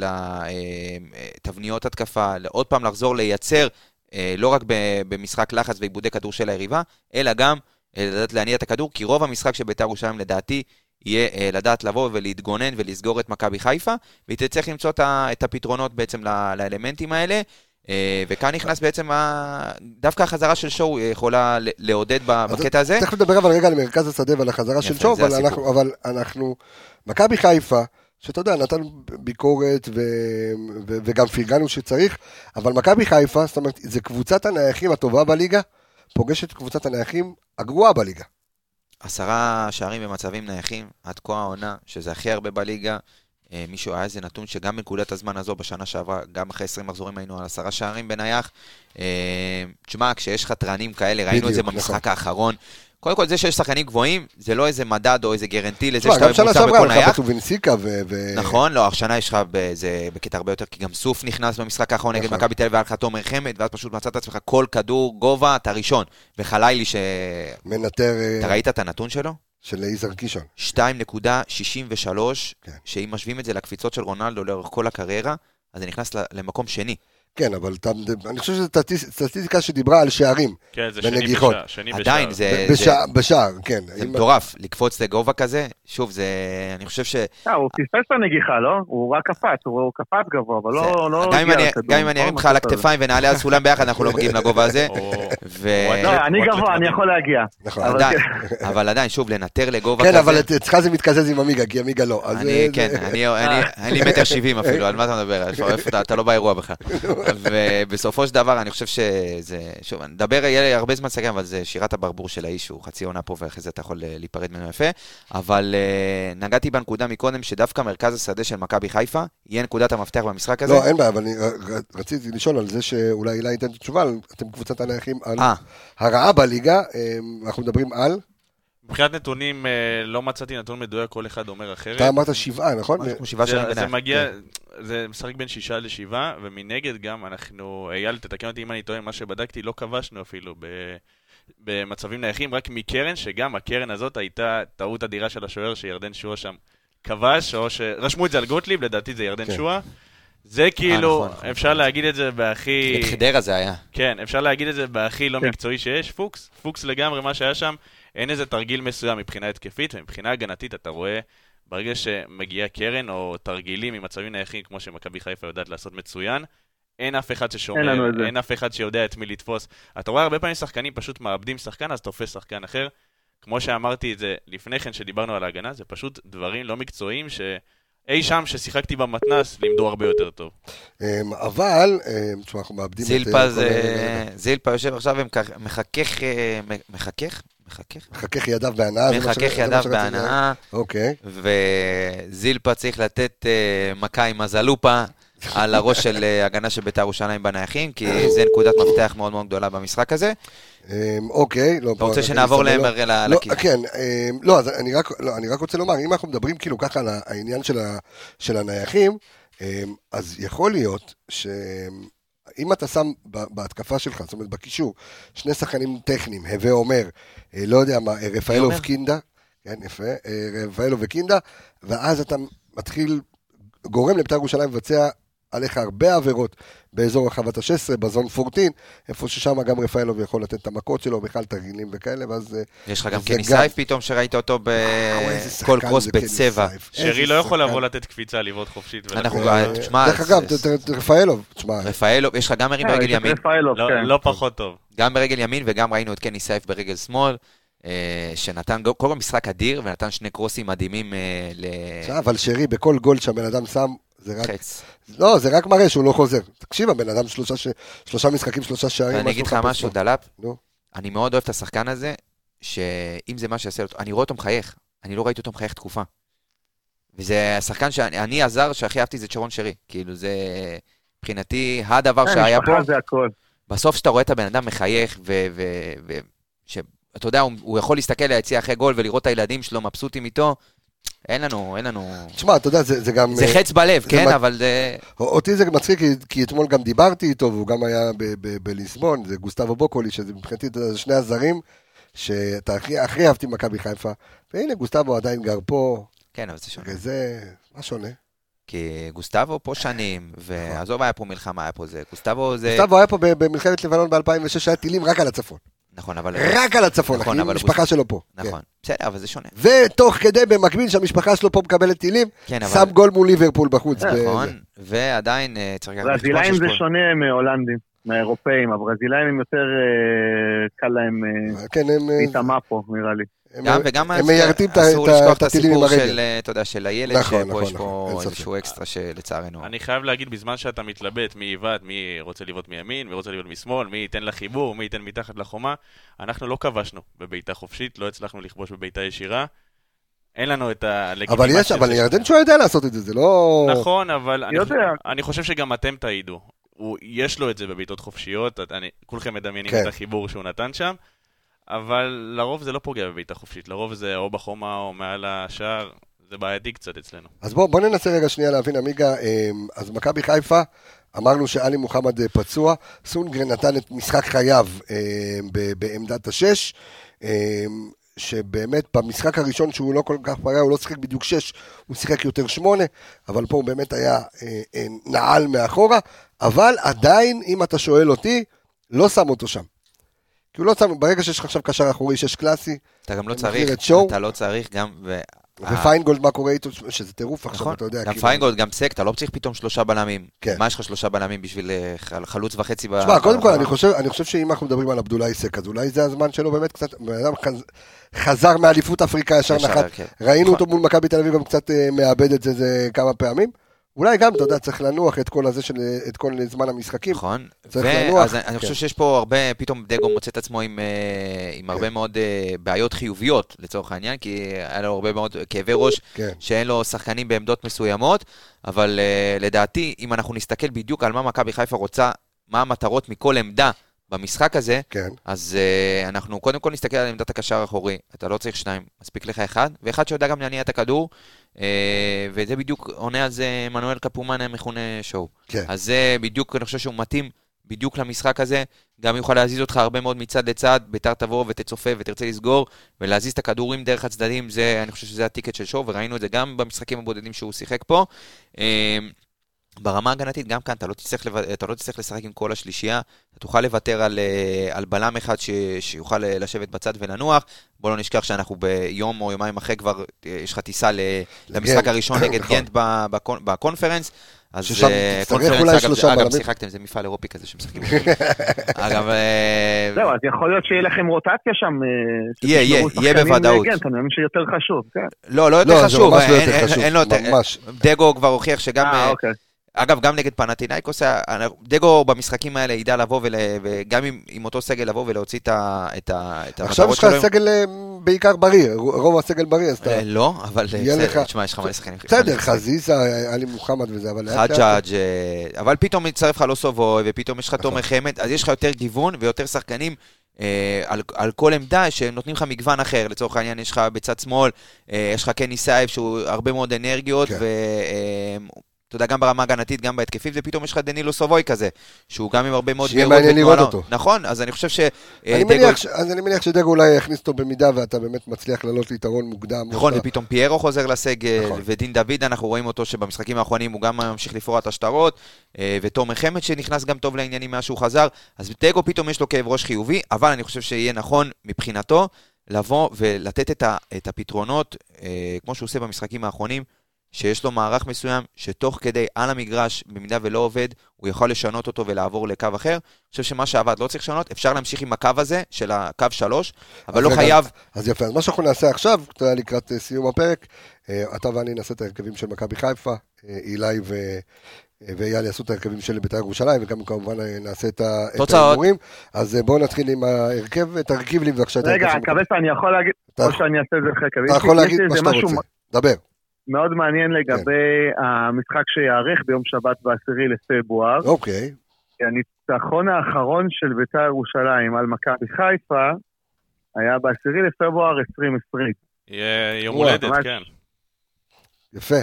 B: התבניות התקפה, עוד פעם לחזור לייצר לא רק במשחק לחץ ועיבודי כדור של היריבה, אלא גם לדעת להניע את הכדור, כי רוב המשחק של בית"ר ירושלים לדעתי יהיה לדעת לבוא ולהתגונן ולסגור את מכבי חיפה, והיא תצטרך למצוא את הפתרונות בעצם לאלמנטים האלה, וכאן נכנס בעצם דווקא החזרה של שואו יכולה לעודד בקטע הזה.
A: צריך לדבר אבל רגע על מרכז השדה ועל החזרה של שואו, אבל אנחנו, מכבי חיפה, שאתה יודע, נתנו ביקורת וגם פרגנו שצריך, אבל מכבי חיפה, זאת אומרת, זה קבוצת הנייחים הטובה בליגה, פוגשת קבוצת הנייחים הגרועה בליגה.
B: עשרה שערים במצבים נייחים, עד כה העונה, שזה הכי הרבה בליגה, מישהו היה איזה נתון שגם בנקודת הזמן הזו בשנה שעברה, גם אחרי עשרים מחזורים היינו על עשרה שערים בנייח. תשמע, כשיש חתרנים כאלה, ראינו את זה במשחק האחרון. קודם כל, זה שיש שחקנים גבוהים, זה לא איזה מדד או איזה גרנטי לזה שאתה ממוצע בכל נייח. נכון, לא, השנה יש לך בקטע הרבה יותר, כי גם סוף נכנס במשחק האחרון נגד מכבי תל אביב ועל חתום מרחמת, ואז פשוט מצאת עצמך כל כדור גובה, אתה ראשון. וחלילי ש...
A: מנטר...
B: אתה ראית את הנתון שלו?
A: של איזר קישון.
B: שתיים נקודה שישים ושלוש, שאם משווים את זה לקפיצות של רונלדו לאורך כל הקריירה, אז זה נכנס למקום שני.
A: כן, אבל אני חושב שזו סטטיסטיקה שדיברה על שערים.
D: כן, זה שני בשער.
B: עדיין, זה...
A: בשער, כן.
B: זה מטורף, לקפוץ לגובה כזה, שוב, זה... אני חושב ש...
E: הוא פספס את הנגיחה, לא? הוא רק קפץ, הוא קפץ גבוה, אבל לא...
B: גם אם אני ארים לך על הכתפיים ונעלה על סולם ביחד, אנחנו לא מגיעים לגובה הזה.
E: לא, אני גבוה, אני יכול להגיע.
B: אבל עדיין, שוב, לנטר לגובה
A: כזה... כן,
B: כזה...
A: אבל אצלך זה מתקזז עם עמיגה, כי עמיגה לא.
B: אני, כן, אני מטר שבעים אפילו, על מה אתה מדבר? אתה לא באירוע בכלל. ובסופו של דבר אני חושב שזה, שוב, נדבר, יהיה לי הרבה זמן סגר, אבל זה שירת הברבור של האיש, הוא חצי עונה פה, ואחרי זה אתה יכול להיפרד ממנו יפה, אבל uh, נגעתי בנקודה מקודם, שדווקא מרכז השדה של מכבי חיפה, יהיה נקודת המפתח במשחק הזה.
A: לא, אין בעיה, אבל אני רציתי לשאול על זה שאולי אילה ייתן את התשובה, אתם קבוצת הנייחים על הרעה בליגה, אנחנו מדברים על...
D: מבחינת נתונים, לא מצאתי נתון מדויק, כל אחד אומר אחרת.
A: אתה אמרת שבעה, נכון?
D: זה מגיע, זה משחק בין שישה לשבעה, ומנגד גם אנחנו, אייל, תתקן אותי אם אני טועה, מה שבדקתי, לא כבשנו אפילו במצבים נייחים, רק מקרן, שגם הקרן הזאת הייתה טעות אדירה של השוער, שירדן שועה שם כבש, או שרשמו את זה על גוטליב, לדעתי זה ירדן שועה. זה כאילו, אפשר להגיד את זה בהכי...
B: את חדרה זה היה.
D: כן, אפשר להגיד את זה בהכי לא מקצועי שיש, פוקס, פוקס לגמרי מה שהיה שם. אין איזה תרגיל מסוים מבחינה התקפית, ומבחינה הגנתית אתה רואה, ברגע שמגיע קרן או תרגילים ממצבים נייחים, כמו שמכבי חיפה יודעת לעשות מצוין, אין אף אחד ששומר, אין, אין אף אחד שיודע את מי לתפוס. אתה רואה הרבה פעמים שחקנים פשוט מאבדים שחקן, אז תופס שחקן אחר. כמו שאמרתי את זה לפני כן שדיברנו על ההגנה, זה פשוט דברים לא מקצועיים ש... אי שם ששיחקתי במתנס, לימדו הרבה יותר טוב.
A: אבל, תשמע, אנחנו מאבדים את...
B: זילפה זה... זילפה יושב עכשיו ומחכך... מחכך? מחכך?
A: מחכך ידיו בהנאה.
B: מחכך ידיו בהנאה.
A: אוקיי.
B: וזילפה צריך לתת מכה עם הזלופה על הראש של הגנה של בית"ר ירושלים בנייחים, כי זה נקודת מפתח מאוד מאוד גדולה במשחק הזה.
A: אוקיי.
B: אתה רוצה שנעבור לאמר לכיוון?
A: כן, לא, אז אני רק רוצה לומר, אם אנחנו מדברים כאילו ככה על העניין של הנייחים, אז יכול להיות שאם אתה שם בהתקפה שלך, זאת אומרת בקישור, שני שחקנים טכניים, הווה אומר, לא יודע מה, רפאלוב וקינדה, כן, יפה, רפאלוב וקינדה, ואז אתה מתחיל, גורם לבית"ר ירושלים לבצע עליך הרבה עבירות באזור רחבת ה-שש עשרה, בזון ארבע עשרה, איפה ששם גם רפאלוב יכול לתת את המכות שלו, בכלל תרגילים וכאלה, ואז... יש
B: לך גם קני סייף פתאום שראית אותו בכל קרוס בצבע.
D: שרי לא יכול לבוא לתת קפיצה, לבעוט חופשית.
A: דרך אגב, רפאלוב, תשמע...
B: רפאלוב, יש לך גם מרים ברגל ימין.
D: לא פחות טוב.
B: גם ברגל ימין וגם ראינו את קני סייף ברגל שמאל. שנתן כל כך משחק אדיר ונתן שני קרוסים מדהימים ל...
A: אבל שרי בכל גול שהבן אדם שם זה רק... לא, זה רק מראה שהוא לא חוזר. תקשיב, הבן אדם שלושה משחקים, שלושה שערים.
B: אני אגיד לך משהו, דלאפ, אני מאוד אוהב את השחקן הזה, שאם זה מה שיעשה אותו, אני רואה אותו מחייך, אני לא ראיתי אותו מחייך תקופה. וזה השחקן שאני עזר שהכי אהבתי זה צ'רון שרי. כאילו זה מבחינתי הדבר שהיה פה. בסוף שאתה רואה את הבן אדם מחייך ו... אתה יודע, הוא יכול להסתכל ליציע אחרי גול ולראות את הילדים שלו מבסוטים איתו. אין לנו, אין לנו...
A: תשמע, אתה יודע, זה גם...
B: זה חץ בלב, כן, אבל זה...
A: אותי זה מצחיק, כי אתמול גם דיברתי איתו, והוא גם היה בליסבון, זה גוסטבו בוקולי, שזה מבחינתי שני הזרים, שאתה הכי אהבתי מכבי חיפה, והנה גוסטבו עדיין גר פה.
B: כן, אבל זה שונה.
A: וזה... מה שונה?
B: כי גוסטבו פה שנים, ועזוב היה פה מלחמה, היה פה זה. גוסטבו זה...
A: גוסטבו היה פה במלחמת לבנון ב-אלפיים ושש, היה טילים רק על הצפון.
B: נכון, אבל...
A: רק על הצפון, אחי, המשפחה שלו פה.
B: נכון, בסדר, אבל זה שונה.
A: ותוך כדי, במקביל, שהמשפחה שלו פה מקבלת טילים, שם גול מול ליברפול בחוץ.
B: נכון, ועדיין צריך...
E: ברזילאים זה שונה מהולנדים, מהאירופאים, הברזילאים הם יותר קל להם להתאמה פה, נראה לי.
B: גם וגם
A: הם מיירטים את
B: הטילים עם הרגל. אסור לשכוח את הסיפור
A: של,
B: אתה יודע, של הילד, שפה יש פה איזשהו אקסטרה שלצערנו.
D: אני חייב להגיד, בזמן שאתה מתלבט, מי יבד, מי רוצה לבעוט מימין, מי רוצה לבעוט משמאל, מי ייתן לחיבור, מי ייתן מתחת לחומה, אנחנו לא כבשנו בביתה חופשית, לא הצלחנו לכבוש בביתה ישירה. אין לנו את הלגיטימציה.
A: אבל יש, אבל ירדן שהוא יודע לעשות את זה, זה לא...
D: נכון, אבל אני חושב שגם אתם תעידו. יש לו את זה בביתות חופשיות, כולכם מדמיינים את החיבור שהוא נתן שם. אבל לרוב זה לא פוגע בביתה חופשית, לרוב זה או בחומה או מעל השער, זה בעייתי קצת אצלנו. אז
A: בוא, בוא ננסה רגע שנייה להבין, עמיגה, אז מכבי חיפה, אמרנו שאלי מוחמד פצוע, סונגרן נתן את משחק חייו בעמדת השש, שבאמת במשחק הראשון שהוא לא כל כך פגע, הוא לא שיחק בדיוק שש, הוא שיחק יותר שמונה, אבל פה הוא באמת היה נעל מאחורה, אבל עדיין, אם אתה שואל אותי, לא שם אותו שם. כי הוא לא שם, ברגע שיש לך עכשיו קשר אחורי, שיש קלאסי,
B: אתה גם לא צריך, אתה לא צריך גם...
A: ופיינגולד, מה קורה איתו, שזה טירוף עכשיו, אתה יודע.
B: גם פיינגולד, גם סק, אתה לא צריך פתאום שלושה בלמים. מה יש לך שלושה בלמים בשביל חלוץ וחצי?
A: תשמע, קודם כל, אני חושב שאם אנחנו מדברים על עבדולאי סק, אז אולי זה הזמן שלו באמת קצת, חזר מאליפות אפריקה ישר נחת, ראינו אותו מול מכבי תל אביב, גם קצת מאבד את זה כמה פעמים. אולי גם, אתה יודע, צריך לנוח את כל הזה של, את כל זמן המשחקים.
B: נכון. צריך לנוח. אז אני חושב שיש פה הרבה, פתאום דגו מוצא את עצמו עם, עם הרבה מאוד בעיות חיוביות, לצורך העניין, כי היה לו הרבה מאוד כאבי ראש, שאין לו שחקנים בעמדות מסוימות, אבל לדעתי, אם אנחנו נסתכל בדיוק על מה מכבי חיפה רוצה, מה המטרות מכל עמדה במשחק הזה, אז אנחנו קודם כל נסתכל על עמדת הקשר האחורי. אתה לא צריך שניים, מספיק לך אחד, ואחד שיודע גם להניע את הכדור, וזה בדיוק עונה על זה מנואל קפומן המכונה שואו. כן. אז זה בדיוק, אני חושב שהוא מתאים בדיוק למשחק הזה, גם יוכל להזיז אותך הרבה מאוד מצד לצד, ביתר תבוא ותצופה ותרצה לסגור, ולהזיז את הכדורים דרך הצדדים, זה, אני חושב שזה הטיקט של שואו, וראינו את זה גם במשחקים הבודדים שהוא שיחק פה. ברמה הגנתית, גם כאן, אתה לא תצטרך, אתה לא תצטרך לשחק עם כל השלישייה, אתה תוכל לוותר על, על בלם אחד ש, שיוכל לשבת בצד ולנוח, בוא לא נשכח שאנחנו ביום או יומיים אחרי כבר, יש לך טיסה למשחק הראשון נגד גנט בקונפרנס, אז
A: ששם תצטרך אולי שלושה בלמים.
B: אגב, שיחקתם, זה מפעל אירופי כזה שמשחקים. אגב...
E: זהו, אז יכול להיות שיהיה לכם רוטציה שם.
B: יהיה, יהיה, יהיה בוודאות.
E: אתה מאמין שיותר חשוב, כן.
B: לא, לא יותר חשוב.
A: לא, זה ממש לא יותר חשוב. ממש.
B: דגו כבר הוכיח שגם...
E: אה, אוקיי.
B: אגב, גם נגד פנתינייקוס, דגו במשחקים האלה ידע לבוא, וגם עם אותו סגל לבוא ולהוציא את המטרות שלו.
A: עכשיו יש לך סגל בעיקר בריא, רוב הסגל בריא.
B: לא, אבל תשמע, יש לך מלא שחקנים.
A: בסדר, חזיזה, עלי מוחמד וזה, אבל...
B: חג'אג', אבל פתאום מצטרף לך לא סובוי, ופתאום יש לך תומר חמד, אז יש לך יותר גיוון ויותר שחקנים על כל עמדה שנותנים לך מגוון אחר. לצורך העניין יש לך בצד שמאל, יש לך קני סייב שהוא הרבה מאוד אנרגיות, ו... אתה יודע, גם ברמה הגנתית, גם בהתקפית, ופתאום יש לך דנילו סובוי כזה, שהוא גם עם הרבה מאוד...
A: שיהיה מעניין לראות אותו.
B: נכון, אז אני חושב ש...
A: אז אני מניח שדגו אולי יכניס אותו במידה, ואתה באמת מצליח לעלות ליתרון מוקדם.
B: נכון, ופתאום פיירו חוזר לסגל, ודין דוד, אנחנו רואים אותו שבמשחקים האחרונים הוא גם ממשיך לפרוע את השטרות, ותומר חמד שנכנס גם טוב לעניינים מאז שהוא חזר, אז דגו פתאום יש לו כאב ראש חיובי, אבל אני חושב שיהיה נכון מבחינתו, לבוא ולתת את הפתרונות, כמו שהוא עושה במשחקים האחרונים, שיש לו מערך מסוים, שתוך כדי על המגרש, במידה ולא עובד, הוא יכול לשנות אותו ולעבור לקו אחר. אני חושב שמה שעבד לא צריך לשנות, אפשר להמשיך עם הקו הזה, של הקו שלוש, אבל לא חייב...
A: אז יפה, אז מה שאנחנו נעשה עכשיו, לקראת סיום הפרק, אתה ואני נעשה את ההרכבים של מכבי חיפה, אילי ואייל יעשו את ההרכבים של בית"ר ירושלים, וגם כמובן נעשה את ההימורים. אז בואו נתחיל עם ההרכב, תרכיב לי בבקשה את ההרכב.
E: רגע, קבסה, אני יכול להגיד, או שאני אעשה את זה אחרי קבסה.
A: אתה יכול להגיד מה שאתה רוצה, דבר.
E: מאוד מעניין לגבי המשחק שיערך ביום שבת בעשירי לפברואר.
A: אוקיי.
E: הניצחון האחרון של בית"ר ירושלים על מכבי חיפה היה בעשירי לפברואר עשרים עשרים.
D: יהיה יום הולדת, כן.
A: יפה.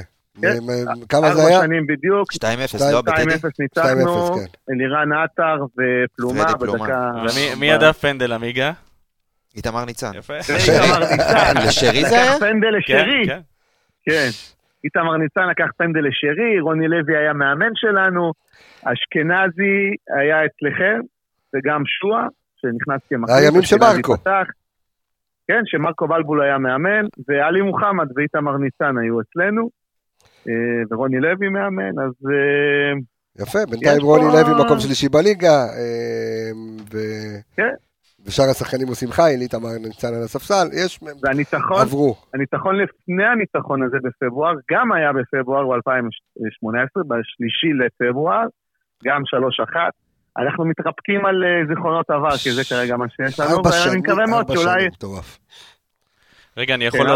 A: כמה זה היה?
E: ארבע שנים בדיוק.
B: שתיים אפס, לא בטדי.
E: שתיים אפס ניצחנו, אלירן עטר ופלומה בדקה...
D: מי ידע פנדל עמיגה?
B: איתמר ניצן.
D: יפה.
E: איתמר ניצן.
B: לשרי זה היה?
E: פנדל לשרי.
D: כן.
E: כן, איתמר ניצן לקח פנדל לשרי, רוני לוי היה מאמן שלנו, אשכנזי היה אצלכם, וגם שואה, שנכנס כמחליף.
A: הימים של מרקו.
E: כן, שמרקו בלבול היה מאמן, ואלי מוחמד ואיתמר ניצן היו אצלנו, ורוני לוי מאמן, אז...
A: יפה, בינתיים רוני לוי מקום שלישי בליגה, ו... כן. ושאר השחקנים עושים חייל, איתמר ניצן על הספסל, יש, עברו.
E: הניצחון לפני הניצחון הזה בפברואר, גם היה בפברואר ב-אלפיים שמונה עשרה, בשלישי לפברואר, גם שלוש אחת. אנחנו מתרפקים על זיכרונות עבר, כי זה כרגע מה שיש לנו, ואני מקווה מאוד שאולי...
D: רגע, אני יכול...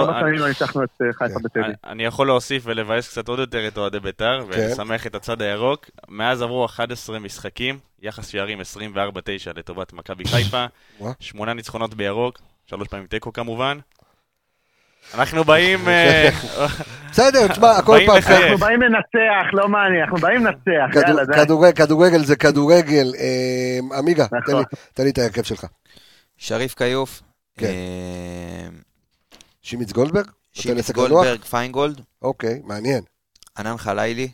D: אני יכול להוסיף ולבאס קצת עוד יותר את אוהדי בית"ר, ולשמח את הצד הירוק. מאז עברו אחד עשר משחקים, יחס שערים עשרים וארבע תשע לטובת מכבי חיפה, שמונה ניצחונות בירוק, שלוש פעמים תיקו כמובן. אנחנו באים...
A: בסדר, תשמע, הכל פעם.
E: אנחנו באים לנצח, לא מעניין, אנחנו באים לנצח.
A: כדורגל זה כדורגל. עמיגה, תן לי את ההרכב שלך.
B: שריף קיוף.
A: כן. שימיץ גולדברג?
B: שימיץ גולדברג, פיינגולד.
A: אוקיי, מעניין.
B: ענן חלילי.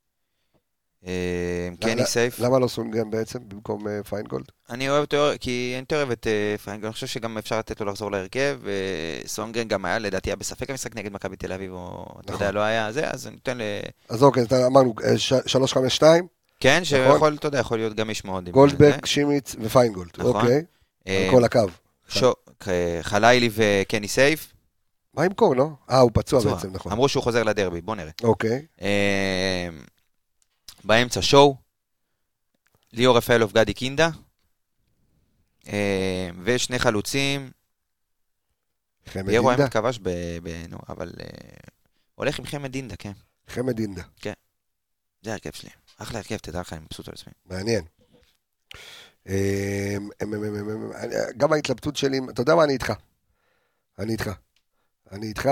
B: קני סייף.
A: למה לא סונגרן בעצם במקום פיינגולד?
B: אני אוהב אותו, כי אני אוהב את פיינגולד. אני חושב שגם אפשר לתת לו לחזור להרכב, וסונגרן גם היה, לדעתי, היה בספק המשחק נגד מכבי תל אביב, או אתה יודע, לא היה זה, אז אני נותן ל...
A: אז אוקיי, אמרנו שלוש חמש שתיים?
B: כן, שיכול, אתה יודע, יכול להיות גם איש מאוד.
A: גולדברג, שימיץ ופיינגולד, אוקיי. על כל הקו.
B: חלילי וקני סייף.
A: מה עם קור, לא? אה, הוא פצוע בעצם, נכון.
B: אמרו שהוא חוזר לדרבי, בוא נראה.
A: אוקיי.
B: באמצע שואו, ליאור רפאלוב, גדי קינדה, ושני חלוצים, ירו האמת כבש בנו, אבל הולך עם חמד דינדה, כן.
A: חמד דינדה.
B: כן, זה הרכב שלי. אחלה הרכב, תדע לך, אני מבסוט על עצמי.
A: מעניין. גם ההתלבטות שלי, אתה יודע מה, אני איתך. אני איתך. אני איתך...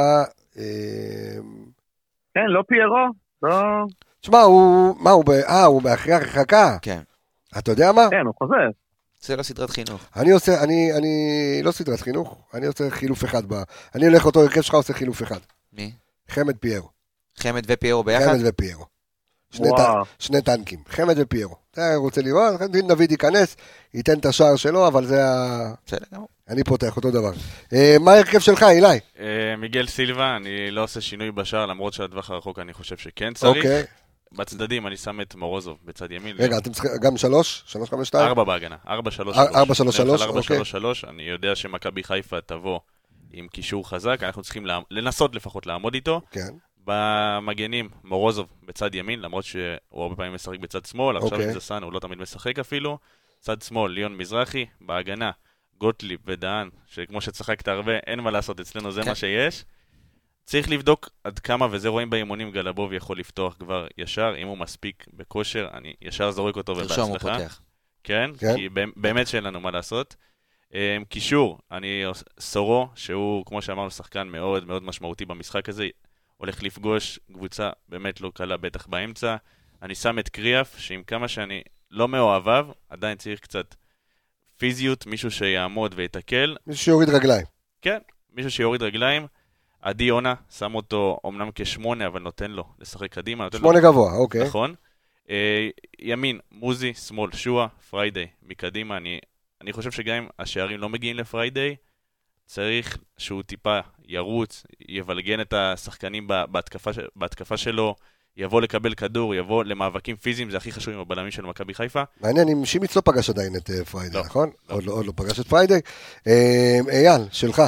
E: כן, לא פיירו, לא...
A: תשמע, הוא... מה, הוא... אה, הוא מאחרי הרחקה.
B: כן.
A: אתה יודע מה?
E: כן, הוא חוזר.
B: זה לא סדרת חינוך.
A: אני עושה... אני... אני... לא סדרת חינוך, אני עושה חילוף אחד בה. אני הולך אותו הרכב שלך, עושה חילוף אחד.
B: מי?
A: חמד פיירו.
B: חמד ופיירו ביחד?
A: חמד ופיירו. שני, ט... שני טנקים, חמד ופיירו. אתה רוצה לראות, דין דוד ייכנס, ייתן את השער שלו, אבל זה ה... אני פותח אותו דבר. מה ההרכב שלך, אילי?
D: מיגל סילבה, אני לא עושה שינוי בשער, למרות שהטווח הרחוק אני חושב שכן צריך. בצדדים אני שם את מורוזוב בצד ימין.
A: רגע, אתם צריכים גם שלוש? שלוש, חמש, שתיים?
D: ארבע בהגנה, ארבע, שלוש,
A: ארבע, שלוש, שלוש,
D: ארבע,
A: אוקיי.
D: שלוש, שלוש, אני יודע שמכבי חיפה תבוא עם קישור חזק, אנחנו צריכים לנסות לפחות לעמוד איתו.
A: כן.
D: במגנים, מורוזוב בצד ימין, למרות שהוא הרבה פעמים משחק בצד שמאל, עכשיו עם זסן הוא לא תמיד משחק אפילו. צד שמאל, ליון מזרחי, בהגנה, גוטליב ודהן, שכמו שצחקת הרבה, אין מה לעשות אצלנו, זה מה שיש. צריך לבדוק עד כמה, וזה רואים באימונים, גלבוב יכול לפתוח כבר ישר, אם הוא מספיק בכושר, אני ישר זורק אותו ובהצלחה. כן, כי באמת שאין לנו מה לעשות. קישור, אני סורו, שהוא, כמו שאמרנו, שחקן מאוד מאוד משמעותי במשחק הזה, הולך לפגוש קבוצה באמת לא קלה, בטח באמצע. אני שם את קריאף, שעם כמה שאני לא מאוהביו, עדיין צריך קצת פיזיות, מישהו שיעמוד ויתקל.
A: מישהו שיוריד רגליים.
D: כן, מישהו שיוריד רגליים. עדי יונה, שם אותו אומנם כשמונה, אבל נותן לו לשחק קדימה.
A: שמונה לו... גבוה, אוקיי.
D: נכון. אה, ימין, מוזי, שמאל, שואה, פריידי, מקדימה. אני, אני חושב שגם אם השערים לא מגיעים לפריידי, צריך שהוא טיפה ירוץ, יבלגן את השחקנים בהתקפה, בהתקפה שלו, יבוא לקבל כדור, יבוא למאבקים פיזיים, זה הכי חשוב עם הבלמים של מכבי חיפה.
A: מעניין, אם שימיץ לא פגש עדיין את פריידי, נכון? עוד לא, עוד לא פגש את פריידי. אייל, שלך.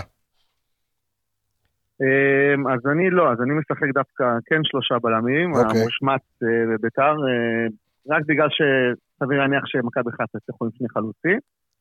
E: אז אני לא, אז אני משחק דווקא כן שלושה בלמים, המושמץ בביתר, רק בגלל שסביר להניח שמכבי חיפה יצטרכו עם שני חלוצים.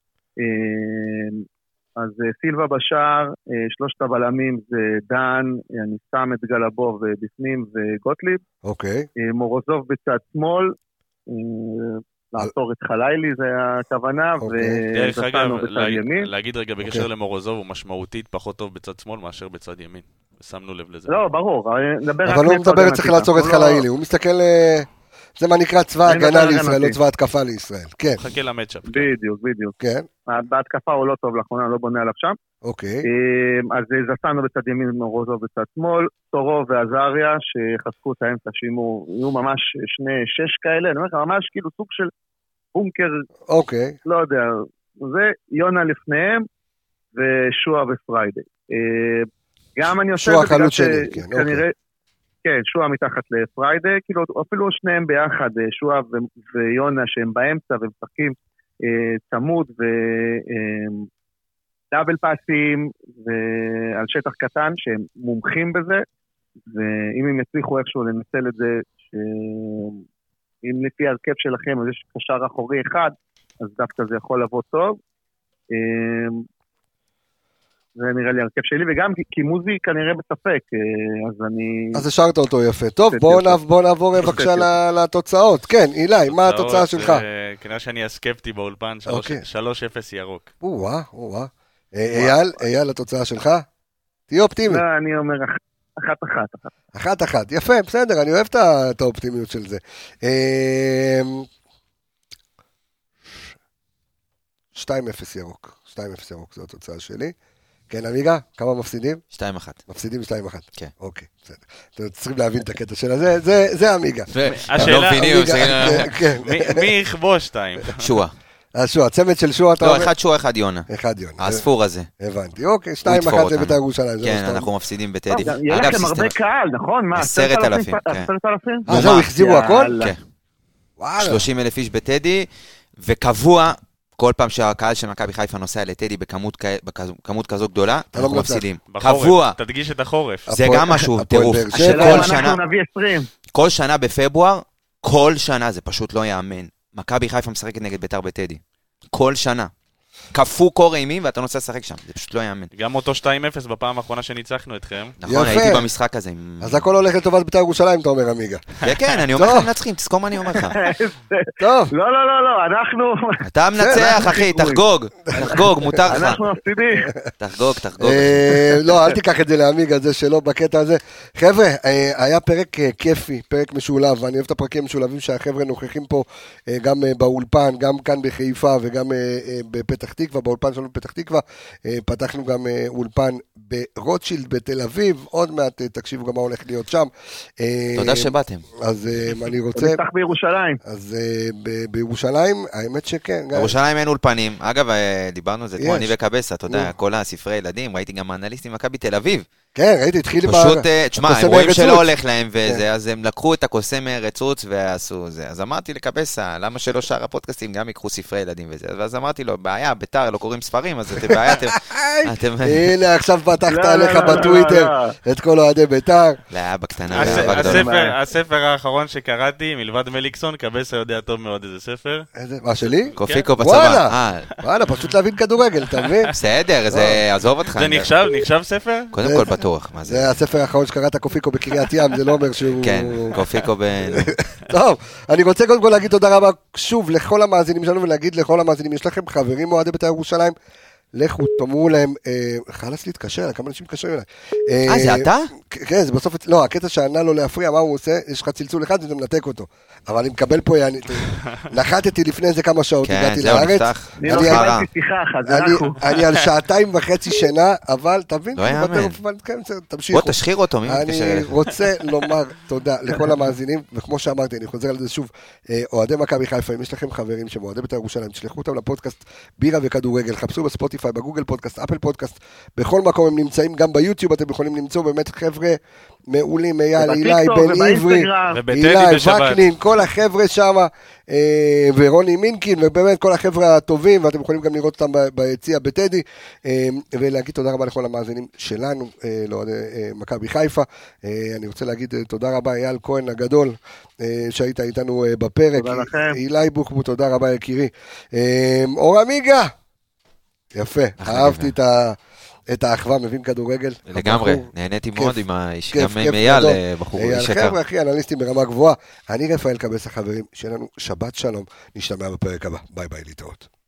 E: אז סילבה בשער, שלושת הבלמים זה דן, אני שם את גלבוב בפנים וגוטליב.
A: אוקיי.
E: מורוזוב בצד שמאל, לעצור את חלילי, זה הכוונה, וזסנו בצד ימין.
D: להגיד רגע בקשר למורוזוב, הוא משמעותית פחות טוב בצד שמאל מאשר בצד ימין. ושמנו לב לזה.
E: לא, ברור.
A: אבל הוא מדבר צריך לעצור את חלילי, הוא מסתכל... זה מה נקרא צבא הגנה לישראל, לא צבא התקפה לישראל. כן.
D: חכה למצ'אפ.
E: בדיוק, בדיוק.
A: כן.
E: בהתקפה הוא לא טוב לאחרונה, לא בונה עליו שם.
A: אוקיי.
E: אז זסנו בצד ימין, מורוזוב בצד שמאל, סורו ועזריה, שחזקו את האמצע, שיהיו ממש שני שש כאלה, אני אומר לך, ממש כאילו סוג של בונקר,
A: אוקיי.
E: לא יודע, זה יונה לפניהם, ושואה ופריידי. גם אני עושה
A: שואה חלוץ שני, כן,
E: אוקיי. כן, שואה מתחת לפריידי, כאילו אפילו שניהם ביחד, שואה ויונה שהם באמצע ומשחקים צמוד ודאבל פאסים ועל שטח קטן שהם מומחים בזה, ואם הם יצליחו איכשהו לנצל את זה, שאם לפי הרכב שלכם אז יש קשר אחורי אחד, אז דווקא זה יכול לבוא טוב. זה נראה לי הרכב שלי, וגם כי מוזי כנראה בספק, אז אני...
A: אז השארת אותו יפה. טוב, בואו נעבור בבקשה לתוצאות. כן, אילי, מה התוצאה שלך?
D: כנראה שאני הסקפטי באולפן, שלוש אפס ירוק.
A: וואה, וואה. אייל, אייל, התוצאה שלך? תהיה אופטימי.
E: לא, אני אומר אחת אחת.
A: אחת אחת, יפה, בסדר, אני אוהב את האופטימיות של זה. שתיים אפס ירוק. שתיים אפס ירוק, זו התוצאה שלי. כן, אמיגה, כמה מפסידים?
B: שתיים אחת.
A: מפסידים שתיים אחת.
B: כן.
A: אוקיי, בסדר. אתם צריכים להבין את הקטע של הזה, זה, זה אמיגה.
D: השאלה, מי יכבוש שתיים?
B: שואה.
A: אז שואה, הצמד של שואה, אתה
B: אומר? לא, אחד שואה, אחד יונה.
A: אחד יונה.
B: הספור הזה.
A: הבנתי, אוקיי, שתיים אחת זה בית"ר ירושלים.
B: כן, אנחנו מפסידים בטדי.
E: יש לכם הרבה קהל, נכון? מה,
B: עשרת אלפים.
E: עשרת אלפים?
A: אז זהו, החזירו הכל?
B: כן. שלושים אלף איש בטדי, וקבוע... כל פעם שהקהל של מכבי חיפה נוסע לטדי בכמות כזו גדולה, אנחנו מפסידים. קבוע.
D: תדגיש את החורף.
B: זה גם משהו, טירוף. כל שנה בפברואר, כל שנה, זה פשוט לא יאמן. מכבי חיפה משחקת נגד בית"ר בטדי. כל שנה. קפוא קור אימים ואתה נוסע לשחק שם, זה פשוט לא יאמן.
D: גם אותו שתיים אפס בפעם האחרונה שניצחנו אתכם.
B: נכון, הייתי במשחק הזה.
A: אז הכל הולך לטובת בית"ר ירושלים, אתה אומר, אמיגה.
B: כן, כן, אני אומר לך מנצחים, תזכור מה אני אומר לך.
A: טוב.
E: לא, לא, לא, לא, אנחנו...
B: אתה מנצח, אחי, תחגוג, תחגוג, מותר לך.
E: אנחנו מפסידים.
B: תחגוג, תחגוג.
A: לא, אל תיקח את זה לאמיגה, זה שלא בקטע הזה. חבר'ה, היה פרק כיפי, פרק משולב, ואני אוהב את הפרקים משולבים שהחבר'ה נוכחים פה, גם באולפן, גם כאן בחיפה וגם בפתח תקווה, באולפן שלנו בפתח תקווה, פתחנו גם אולפן ברוטשילד בתל אביב, עוד מעט תקשיבו גם מה הולך להיות שם.
B: תודה שבאתם.
A: אז אני רוצה...
E: נפתח בירושלים.
A: אז בירושלים, האמת שכן.
B: בירושלים אין אולפנים, אגב, דיברנו על זה כמו אני וקבסה, אתה יודע, כל הספרי ילדים, ראיתי גם האנליסטים מכבי תל אביב,
A: כן, ראיתי, התחיל עם
B: פשוט, תשמע, הם רואים
A: הרצוץ.
B: שלא הולך להם וזה, אז הם לקחו את הקוסם רצוץ ועשו זה. אז אמרתי לקבסה, למה שלא שאר הפודקאסטים גם יקחו ספרי ילדים וזה? ואז אמרתי לו, בעיה, ביתר, לא קוראים ספרים, אז אתם בעיה, אתם...
A: הנה, עכשיו פתחת
E: לא,
A: עליך
E: לא, לא,
A: בטוויטר
E: לא.
A: את כל אוהדי ביתר.
B: לא, בקטנה,
D: הס-
B: באהבה גדולה.
D: הספר- הספר האחרון שקראתי, מלבד מליקסון, קבסה יודע טוב מאוד איזה ספר.
A: איזה- מה שלי?
B: קופיקו בצבא.
A: וואלה.
B: אה,
A: וואלה, פשוט להבין כדורגל, אתה מבין?
B: בסדר, זה עזוב אותך.
D: זה נחשב, נחשב ספר?
B: קודם כל בטוח, מה זה?
A: זה הספר האחרון שקראת קופיקו בקריית ים, זה לא אומר שהוא...
B: כן, קופיקו ב...
A: טוב, אני רוצה קודם כל להגיד תודה רבה שוב לכל המאזינים שלנו, ולהגיד לכל המאזינים, יש לכם חברים אוהדי בית"ר ירושלים, לכו, תאמרו להם, חלאס להתקשר, כמה אנשים מתקשרים אליי.
B: אה, זה אתה?
A: כן, זה בסוף, לא, הקטע שענה לו להפריע, מה הוא עושה, יש לך צלצול אחד, וזה מנתק אותו. אבל אני מקבל פה, נחתתי לפני איזה כמה שעות,
B: כן,
A: הגעתי
B: זהו,
A: לארץ.
B: נפתח.
E: אני לא
A: אני-
E: קיבלתי שיחה אחת, זה
A: אני-
E: רק הוא.
A: אני על שעתיים וחצי שינה, אבל תבין,
B: לא יאמן.
A: בטרף, אבל כן, בסדר, תמשיכו.
B: בוא תשחיר אותו, מי מתקשר
A: אני
B: אליך?
A: רוצה לומר תודה לכל המאזינים, וכמו שאמרתי, אני חוזר על זה שוב, אה, אוהדי מכבי חיפה, אם יש לכם חברים שהם אוהדי בית"ר ירושלים, תשלחו אותם לפודקאסט בירה וכדורגל, חפשו בספוטיפיי, בגוגל פודקאסט, אפל פודקאסט, בכל מקום הם נמצאים, גם ביוטיוב אתם יכולים למצוא באמת חבר'ה מעולים, אייל, אילי,
E: ובטיקטוק
A: בן עברי,
E: ובאינסטגרם.
D: ובטדי
A: אילי,
D: בשבת.
A: וקנין, כל החבר'ה שם, אה, ורוני מינקין, ובאמת כל החבר'ה הטובים, ואתם יכולים גם לראות אותם ב- ביציע בטדי, אה, ולהגיד תודה רבה לכל המאזינים שלנו, אה, לאוהדי אה, מכבי חיפה. אה, אני רוצה להגיד אה, תודה רבה, אייל כהן הגדול, אה, שהיית איתנו אה, בפרק.
E: תודה לכם.
A: אילי בוקבו, תודה רבה יקירי. אה, אור עמיגה, יפה,
B: אחלה
A: אהבתי
B: גבר.
A: את ה... את האחווה, מבין כדורגל.
B: לגמרי,
A: הבחור,
B: נהניתי
A: כיף,
B: מאוד עם האיש,
A: כיף,
B: גם
A: כיף
B: עם אייל,
A: גדול.
B: אה, בחור
A: אייל,
B: איש יקר.
A: חבר'ה, אחי, אנליסטים ברמה גבוהה. אני רפאל קבס החברים, שיהיה לנו שבת שלום, נשתמע בפרק הבא. ביי ביי, להתראות.